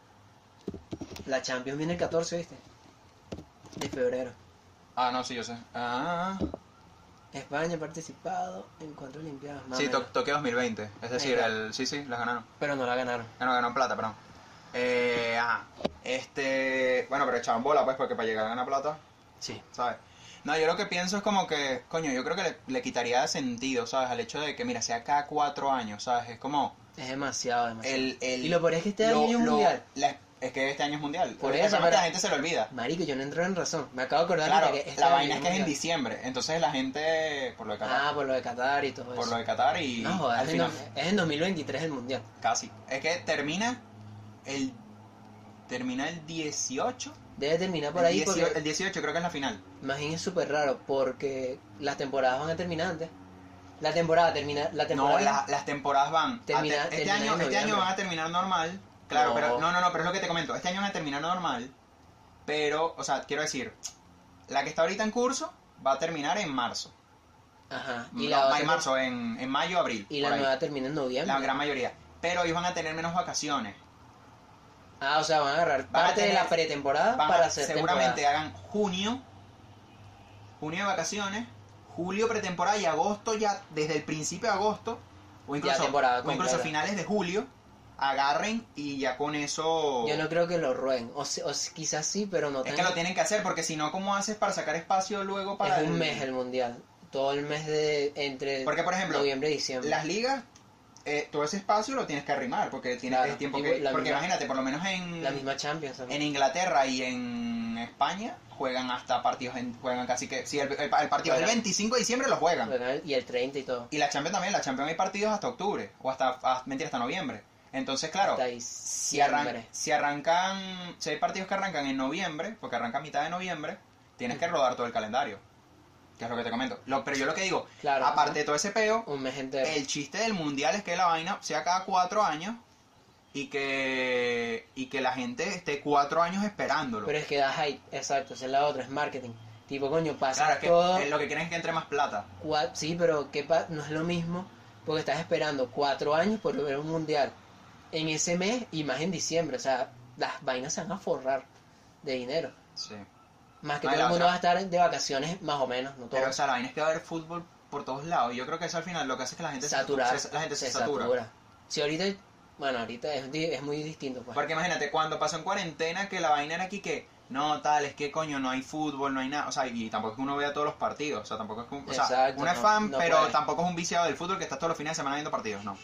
La Champions viene el catorce, ¿viste? De febrero. Ah, no, sí, yo sé. Ah, España ha participado en cuatro Olimpiadas. más o sí, menos. to Tokio dos mil veinte. Es decir, Ahí va. el sí, sí, las ganaron. Pero no la ganaron. Ganó, ganó plata, perdón. Eh, ajá. Este, bueno, pero echaban bola, pues, porque para llegar a ganar plata, Sí. ¿sabes? No, yo lo que pienso es como que, coño, yo creo que le, le quitaría sentido, ¿sabes? Al hecho de que, mira, sea cada cuatro años, ¿sabes? Es como Es demasiado, demasiado. el... el Y lo peor es que este lo- año hay un lo- mundial. la- es que este año es mundial. Por Eso, eso, la pero- gente se le olvida. Marico, yo no entro en razón. Me acabo de acordar Claro, que este la año vaina hay es que es en mundial. diciembre. Entonces la gente, por lo de Qatar, Ah, por lo de Qatar y todo por eso. lo de Qatar y No, joder, al es, en, final, dos- es en dos mil veintitrés el mundial. casi. Es que termina el... Termina el dieciocho. Debe terminar por el, ahí dieciocho porque el dieciocho creo que es la final. más bien es súper raro porque las temporadas van a terminar antes. La temporada termina, la temporada No, la- las temporadas van. a Termina- ter- este termina año, en este año noviembre. van a terminar normal. Claro, No. pero no, no, no, pero es lo que te comento. Este año van a terminar normal. Pero, o sea, quiero decir, la que está ahorita en curso va a terminar en marzo. Ajá. Y No, la en otra- marzo, en, en mayo, abril. y por la ahí. nueva termina en noviembre. La gran mayoría. Pero ellos van a tener menos vacaciones. Ah, o sea, van a agarrar Van a parte de tener- la pretemporada Van para a- hacer seguramente temporada. hagan junio, junio de vacaciones, julio pretemporada y agosto ya, desde el principio de agosto, o incluso, temporada o incluso completa. finales de julio, agarren y ya con eso... Yo no creo que lo rueguen. O, si- o si- quizás sí, pero no Es que tan- lo tienen que hacer, porque si no, ¿cómo haces para sacar espacio luego para Es un el- mes el mundial. Todo el mes de entre Porque, por ejemplo, noviembre y diciembre. Las ligas, eh, todo ese espacio lo tienes que arrimar, porque tienes Claro, el tiempo y que... la Porque misma- imagínate, por lo menos en, La misma Champions en también. Inglaterra y en España juegan hasta partidos, en, juegan casi que... Sí, el, el- el partido del Juegan. veinticinco de diciembre lo juegan. Juegan- Y el treinta y todo. Y la Champions también, la Champions hay partidos hasta octubre, o hasta, hasta mentira, hasta noviembre. Entonces, claro, Hasta si, arran- diciembre. si arrancan, si hay partidos que arrancan en noviembre, porque arrancan a mitad de noviembre, tienes que rodar todo el calendario. Que es lo que te comento. Lo, pero yo lo que digo, Claro, aparte ajá. de todo ese peo, Un mes entero. el chiste del mundial es que la vaina sea cada cuatro años y que y que la gente esté cuatro años esperándolo. Pero es que da hype, exacto, esa es la otra, es marketing. Tipo, coño, pasa Claro, es que todo. eh, lo que quieren es que entre más plata. cua- Sí, pero ¿qué pa- no es lo mismo porque estás esperando cuatro años por ver un mundial en ese mes y más en diciembre. O sea, las vainas se van a forrar de dinero. Sí. Más que No, y todo la el mundo otra- va a estar de vacaciones más o menos, no todo. Pero o sea, la vaina es que va a haber fútbol por todos lados. Y yo creo que eso al final lo que hace es que la gente Saturar, se, la gente se, satura. Si ahorita, bueno, ahorita es, di- es muy distinto, pues. Porque imagínate, cuando pasó en cuarentena, que la vaina era aquí que, no, tal, es que coño, no hay fútbol, no hay nada. O sea, y tampoco es que uno vea todos los partidos. O sea, tampoco es que un- o sea, Exacto, uno es no, fan, no pero puede. tampoco es un viciado del fútbol que está todos los fines de semana viendo partidos, no.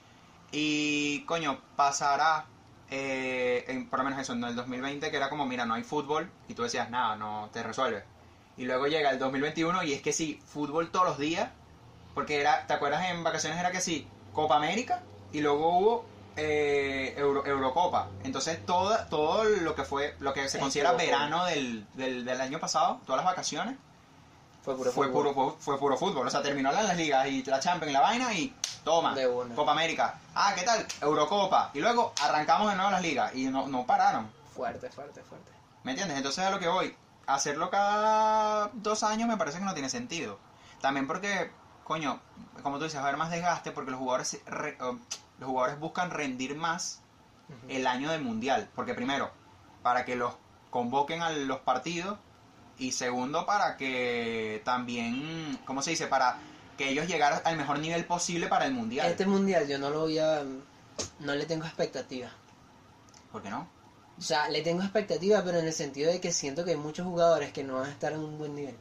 Y, coño, pasará, eh, en, por lo menos eso, en el dos mil veinte, que era como, mira, no hay fútbol, y tú decías, nada, no te resuelve. Y luego llega el dos mil veintiuno, y es que sí, fútbol todos los días, porque era, ¿te acuerdas en vacaciones era que sí, Copa América, y luego hubo eh, Euro- Eurocopa. Entonces todo, todo lo que fue, lo que se considera Estuvo verano del, del, del año pasado, todas las vacaciones, Fue puro fue fútbol. puro, fue puro fútbol. O sea, terminó las, las ligas y la Champions, la vaina y toma, De una. Copa América. Ah, ¿qué tal? Eurocopa. Y luego arrancamos de nuevo las ligas y no, no pararon. Fuerte, fuerte, fuerte. ¿Me entiendes? Entonces a lo que voy, hacerlo cada dos años me parece que no tiene sentido. También porque, coño, como tú dices, va a haber más desgaste porque los jugadores, se re- uh, los jugadores buscan rendir más Ujú. el año del mundial. Porque primero, para que los convoquen a los partidos y segundo, para que también, ¿cómo se dice? Para que ellos llegaran al mejor nivel posible para el mundial. Este mundial yo no lo voy a... No le tengo expectativa. ¿Por qué no? O sea, le tengo expectativa, pero en el sentido de que siento que hay muchos jugadores que no van a estar en un buen nivel.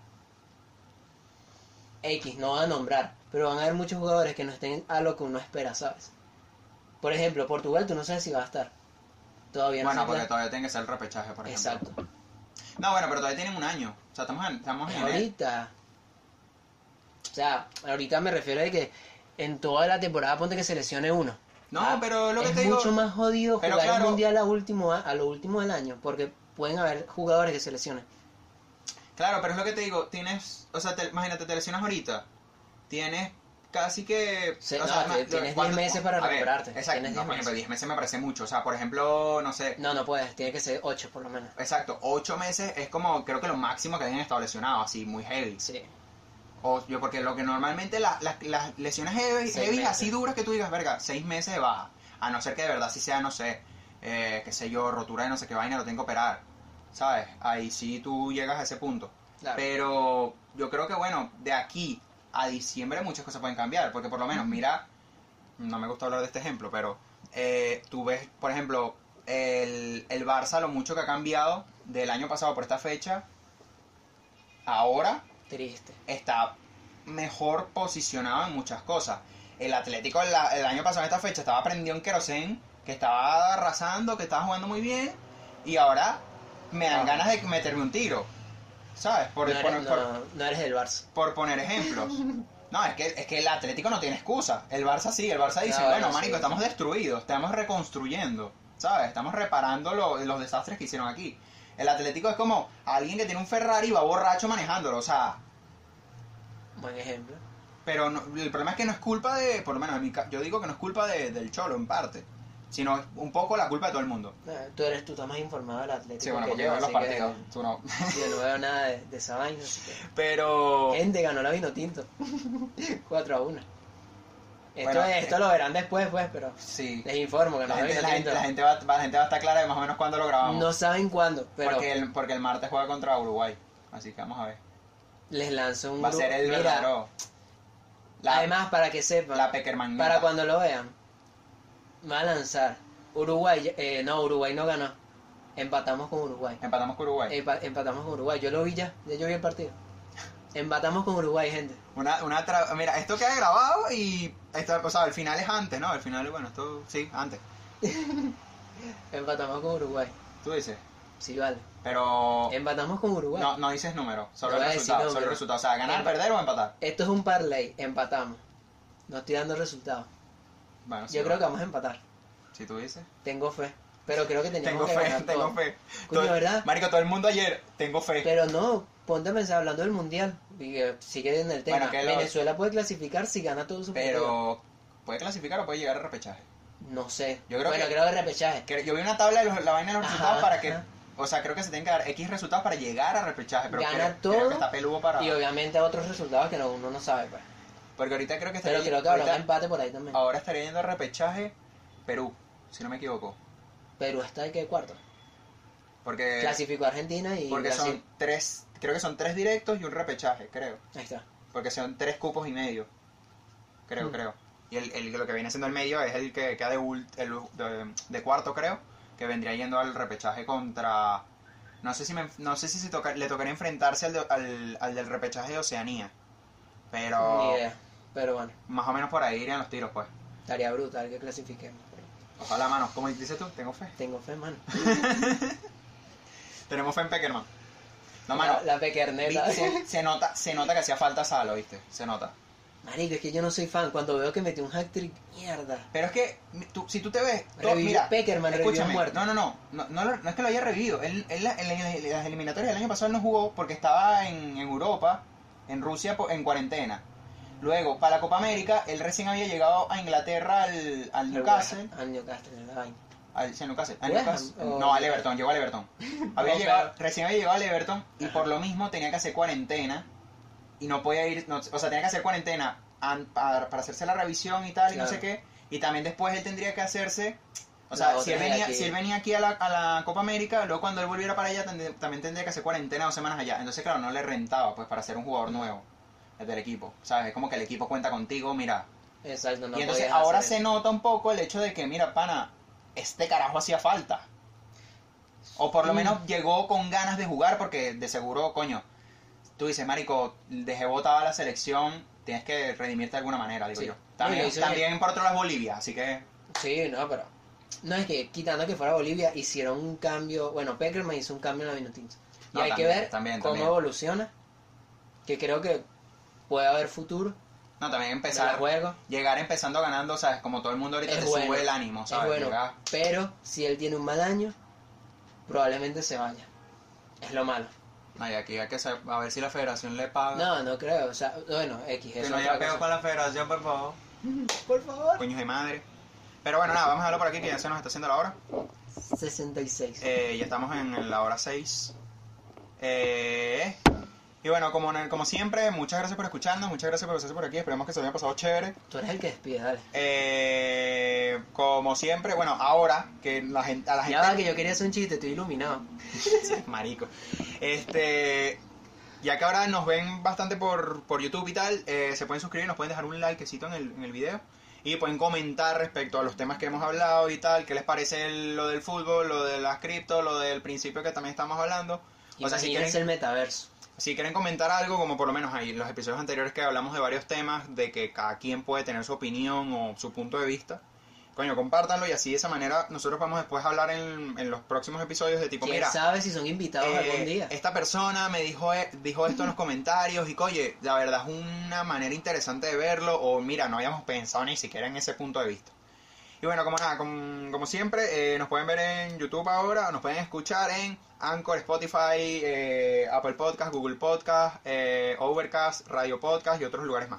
X, no van a nombrar, pero van a haber muchos jugadores que no estén a lo que uno espera, ¿sabes? Por ejemplo, Portugal, tú no sabes si va a estar. Todavía no Bueno, se porque sabe. todavía tiene que ser el repechaje, por ejemplo. Exacto. No, bueno, pero todavía tienen un año. O sea, estamos en, estamos en enero. Ahorita. O sea, ahorita me refiero a que en toda la temporada ponte que se lesione uno. No, Ah, pero lo que es te digo... mucho más jodido pero jugar claro- el mundial a último a, a lo último del año, porque pueden haber jugadores que se lesionen. Claro, pero es lo que te digo, tienes, o sea, te- imagínate, te lesionas ahorita, tienes casi que... Sí, o no, sea, te- ma- tienes diez ¿cuánto- meses para a ver, recuperarte, Exacto, tienes no, diez coño, meses. pero diez meses me parece mucho, o sea, por ejemplo, no sé, No, no puedes, tiene que ser ocho por lo menos. exacto, ocho meses es como, creo que lo máximo que hayan estado lesionados, así, muy heavy. Sí. O yo, porque lo que normalmente la- la- las lesiones heavy, Seis heavy meses. así duras que tú digas, verga, seis meses de baja, a no ser que de verdad sí sea, no sé, eh, qué sé yo, rotura de no sé qué vaina, lo tengo que operar, ¿sabes? Ahí sí tú llegas a ese punto. Claro. Pero yo creo que, bueno, de aquí a diciembre muchas cosas pueden cambiar, porque por lo menos, mira, no me gusta hablar de este ejemplo, pero eh, tú ves, por ejemplo, el, el Barça, lo mucho que ha cambiado del año pasado por esta fecha, ahora Triste. está mejor posicionado en muchas cosas. El Atlético el, el año pasado en esta fecha estaba prendido en querosén, que estaba arrasando, que estaba jugando muy bien, y ahora me dan Ah. ganas de meterme un tiro, ¿sabes? Por, no, por- eres, por- no, no eres del Barça. por poner ejemplos. No, es que, es que el Atlético no tiene excusa. El Barça sí, el Barça dice, No, bueno, no, marico, sí, estamos sí. destruidos, estamos reconstruyendo, ¿sabes? Estamos reparando lo- los desastres que hicieron aquí. El Atlético es como alguien que tiene un Ferrari y va borracho manejándolo, o sea... Buen ejemplo. Pero no- el problema es que no es culpa de, por lo menos en mi ca- yo digo que no es culpa de- del Cholo en parte, sino es un poco la culpa de todo el mundo. Eh, Tú eres, tú estás más informado del Atlético Sí, bueno, que porque yo, veo los así que partidos, tú no. yo no veo nada de, de esa vaina. Así que... Pero... Gente, ganó la Vino Tinto. cuatro a uno. Esto, Bueno, es- esto lo verán después, pues, pero Sí. les informo que La ganó la gente, Vino la, gente, Tinto. la, gente va, la gente va a estar clara de más o menos cuándo lo grabamos. No saben cuándo, pero porque, el, porque el martes juega contra Uruguay. Así que vamos a ver. les lanzo un Va a ser el Mira, verdadero. La, además, para que sepan, la Peckerman. para cuando lo vean, va a lanzar Uruguay. Eh, no, Uruguay no ganó. Empatamos con Uruguay. Empatamos con Uruguay. Empa- empatamos con Uruguay. Yo lo vi ya, ya yo vi el partido. Empatamos con Uruguay, gente. Una, una tra- Mira, esto queda grabado y. Esto, o sea, el final es antes, ¿no? El final, bueno, esto. Sí, antes. Empatamos con Uruguay. Tú dices. Sí, vale. Pero. Empatamos con Uruguay. No, no dices número, solo No el voy a decir resultado. Solo número. el resultado. O sea, ganar, Em- perder o empatar. Esto es un parlay. Empatamos. No estoy dando resultados. Bueno, sí, Yo creo bueno. que vamos a empatar. Si tú dices. Tengo fe. Pero creo que Tengo teníamos que fe, ganar tengo todo. fe. Coño, Todo- ¿verdad? Marico, todo el mundo ayer, tengo fe. Pero no, ponte a pensar, hablando del mundial. Y, eh, sigue en el tema. Bueno, que los- Venezuela puede clasificar si gana todo su partido. Pero. ¿Puede clasificar o puede llegar a repechaje? No sé. Yo creo bueno, que- creo que repechaje. Que- Yo vi una tabla de los- la vaina de los Ajá, resultados para que. ajá. O sea, creo que se tienen que dar X resultados para llegar a repechaje. Pero Gana creo, todo creo que está peludo para. Y obviamente otros resultados que no, uno no sabe. Pues. Porque ahorita creo que Pero estaría. creo que habrá un ahorita, empate por ahí también. ahora estaría yendo a repechaje Perú, si no me equivoco. Perú está de qué cuarto. Porque. Clasificó a Argentina y Porque Brasil. son tres. Creo que son tres directos y un repechaje, creo. Ahí está. Porque son tres cupos y medio. Creo, Mm. creo. Y el, el- lo que viene siendo el medio es el que queda de, ult- el, de, de cuarto, creo. Que vendría yendo al repechaje contra. No sé si me, no sé si se toca, le tocaría enfrentarse al, de- al, al del repechaje de Oceanía. Pero. Ni idea. Pero bueno, Más o menos por ahí irían los tiros, pues. estaría brutal que clasifiquemos. Ojalá, mano. Como dices tú, tengo fe. Tengo fe, mano. Tenemos fe en Peckerman. No, mano. La, la vi- pequerneta. se, se nota, se nota que hacía falta Salo, ¿viste? Se nota. Marico, es que yo no soy fan. Cuando veo que metió un hat-trick, mierda. Pero es que, tú, si tú te ves... tú- Revivió mira, Peckerman, revivió escúchame, muerto. no, no, no, no, no, lo- no es que lo haya revivido. Él, él, en, en las eliminatorias del año pasado él no jugó porque estaba en, en Europa, en Rusia, po- en cuarentena. Luego, para la Copa América, él recién había llegado a Inglaterra al, al Newcastle. Al Newcastle, la vaina. Al, sí, al Newcastle. Al West Ham, Newcastle. o- No, al Everton, llegó al Everton. Había No, llegado, pero- recién había llegado al Everton y Ajá. por lo mismo tenía que hacer cuarentena y no podía ir, no, o sea, tenía que hacer cuarentena an- para, para hacerse la revisión y tal y no Claro. sé qué. Y también después él tendría que hacerse, o La sea, otra si él, de venía, aquí. si él venía aquí a la, a la Copa América, luego cuando él volviera para allá tendría- también tendría que hacer cuarentena dos semanas allá. Entonces, claro, no le rentaba pues para ser un jugador nuevo del equipo, ¿sabes? Es como que el equipo cuenta contigo, mira. Exacto, no y entonces podías ahora hacer se nota un poco el hecho de que, mira, pana, este carajo hacía falta. O por lo Mm. menos llegó con ganas de jugar porque de seguro, coño, tú dices, marico, dejé botada la selección, tienes que redimirte de alguna manera, digo Sí. yo. No, y También, lo hizo también por otro lado Bolivia, así que... Sí, no, pero... No, es que quitando que fuera Bolivia, hicieron un cambio... Bueno, Peckerman hizo un cambio en la Vinotinto. Y No, hay también, que ver también, cómo también. evoluciona. Que creo que puede haber futuro No, también en empezar, el juego. llegar empezando ganando, ¿sabes? Como todo el mundo ahorita Es te bueno, sube el ánimo, Es ¿sabes? bueno, Llegar- pero si él tiene un mal año, probablemente se vaya. Es lo malo. No, y aquí hay que saber, a ver si la federación le paga. No, no creo. O sea, bueno, X. que eso no es haya otra pego cosa. con la federación, por favor. Por favor. Coños de madre. Pero bueno, nada, vamos a dejarlo por aquí que ya se nos está haciendo la hora. sesenta y seis. Eh, ya estamos en la hora seis. Eh, y bueno, como, en el- como siempre, muchas gracias por escucharnos, muchas gracias por estar por aquí. Esperemos que se haya pasado chévere. Tú eres el que despide, dale. Eh, como siempre, bueno, ahora que la gente, a la Ya gente... va, que yo quería hacer un chiste, estoy iluminado. Sí, marico. Este, ya que ahora nos ven bastante por, por YouTube y tal, eh, se pueden suscribir, nos pueden dejar un likecito en el, en el video y pueden comentar respecto a los temas que hemos hablado y tal, qué les parece el- lo del fútbol, lo de las cripto, lo del principio que también estamos hablando. O sea, si Imagínense quieren, el metaverso. si quieren comentar algo, como por lo menos ahí en los episodios anteriores que hablamos de varios temas, de que cada quien puede tener su opinión o su punto de vista, coño, compártanlo y así de esa manera nosotros vamos después a hablar en, en los próximos episodios de tipo, ¿Quién mira, sabe si son invitados eh, algún día? esta persona me dijo, e- dijo esto en los comentarios y oye, la verdad es una manera interesante de verlo o mira, no habíamos pensado ni siquiera en ese punto de vista. Y bueno, como nada, como, como siempre, eh, nos pueden ver en YouTube ahora, nos pueden escuchar en Anchor, Spotify, eh, Apple Podcast, Google Podcast, eh, Overcast, Radio Podcast y otros lugares más.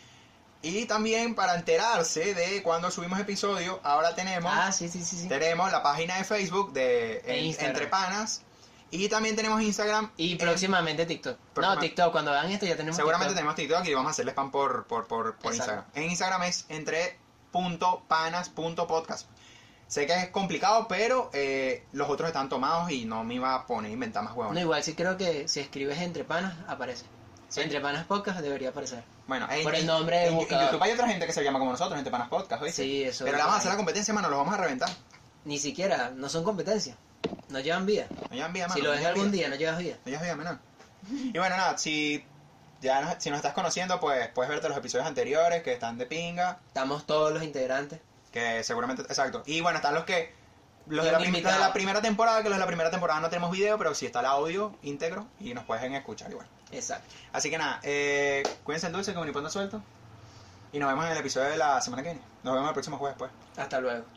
Y también para enterarse de cuando subimos episodios, ahora tenemos... Ah, sí, sí, sí, sí. Tenemos la página de Facebook de E en- Instagram. Entre Panas y también tenemos Instagram. Y en- próximamente TikTok. próxima- No, TikTok, cuando vean esto ya tenemos seguramente TikTok. tenemos TikTok y vamos a hacerle spam por, por, por, por Exacto. Instagram. En Instagram es entre punto panas punto podcast. Sé que es complicado, pero eh, los otros están tomados y no me iba a poner a inventar más huevos. No, igual sí creo que si escribes Entre Panas, aparece. Sí. Entre Panas Podcast debería aparecer. Bueno, en, por el en- nombre del en, en buscador. YouTube hay otra gente que se llama como nosotros, Entre Panas Podcast, ¿oíste? Sí, eso Pero es le vamos a lo hacer la hay. competencia, mano, los vamos a reventar. Ni siquiera, no son competencias. No llevan vida. No llevan vida, mano. Si lo no ves llevan algún vida. día, no llevas vida. No llevas vida, menor. Y bueno, nada, si ya nos, si nos estás conociendo, pues puedes verte los episodios anteriores que están de pinga, Estamos todos los integrantes. que seguramente, exacto. Y bueno, están los que los Y de, la un prim- los invitado. de la primera temporada, que los de la primera temporada no tenemos video, pero sí está el audio íntegro y nos pueden escuchar igual. Exacto. Así que nada, eh, cuídense en dulce, como ni ponte suelto. Y nos vemos en el episodio de la semana que viene. Nos vemos el próximo jueves, pues. Hasta luego.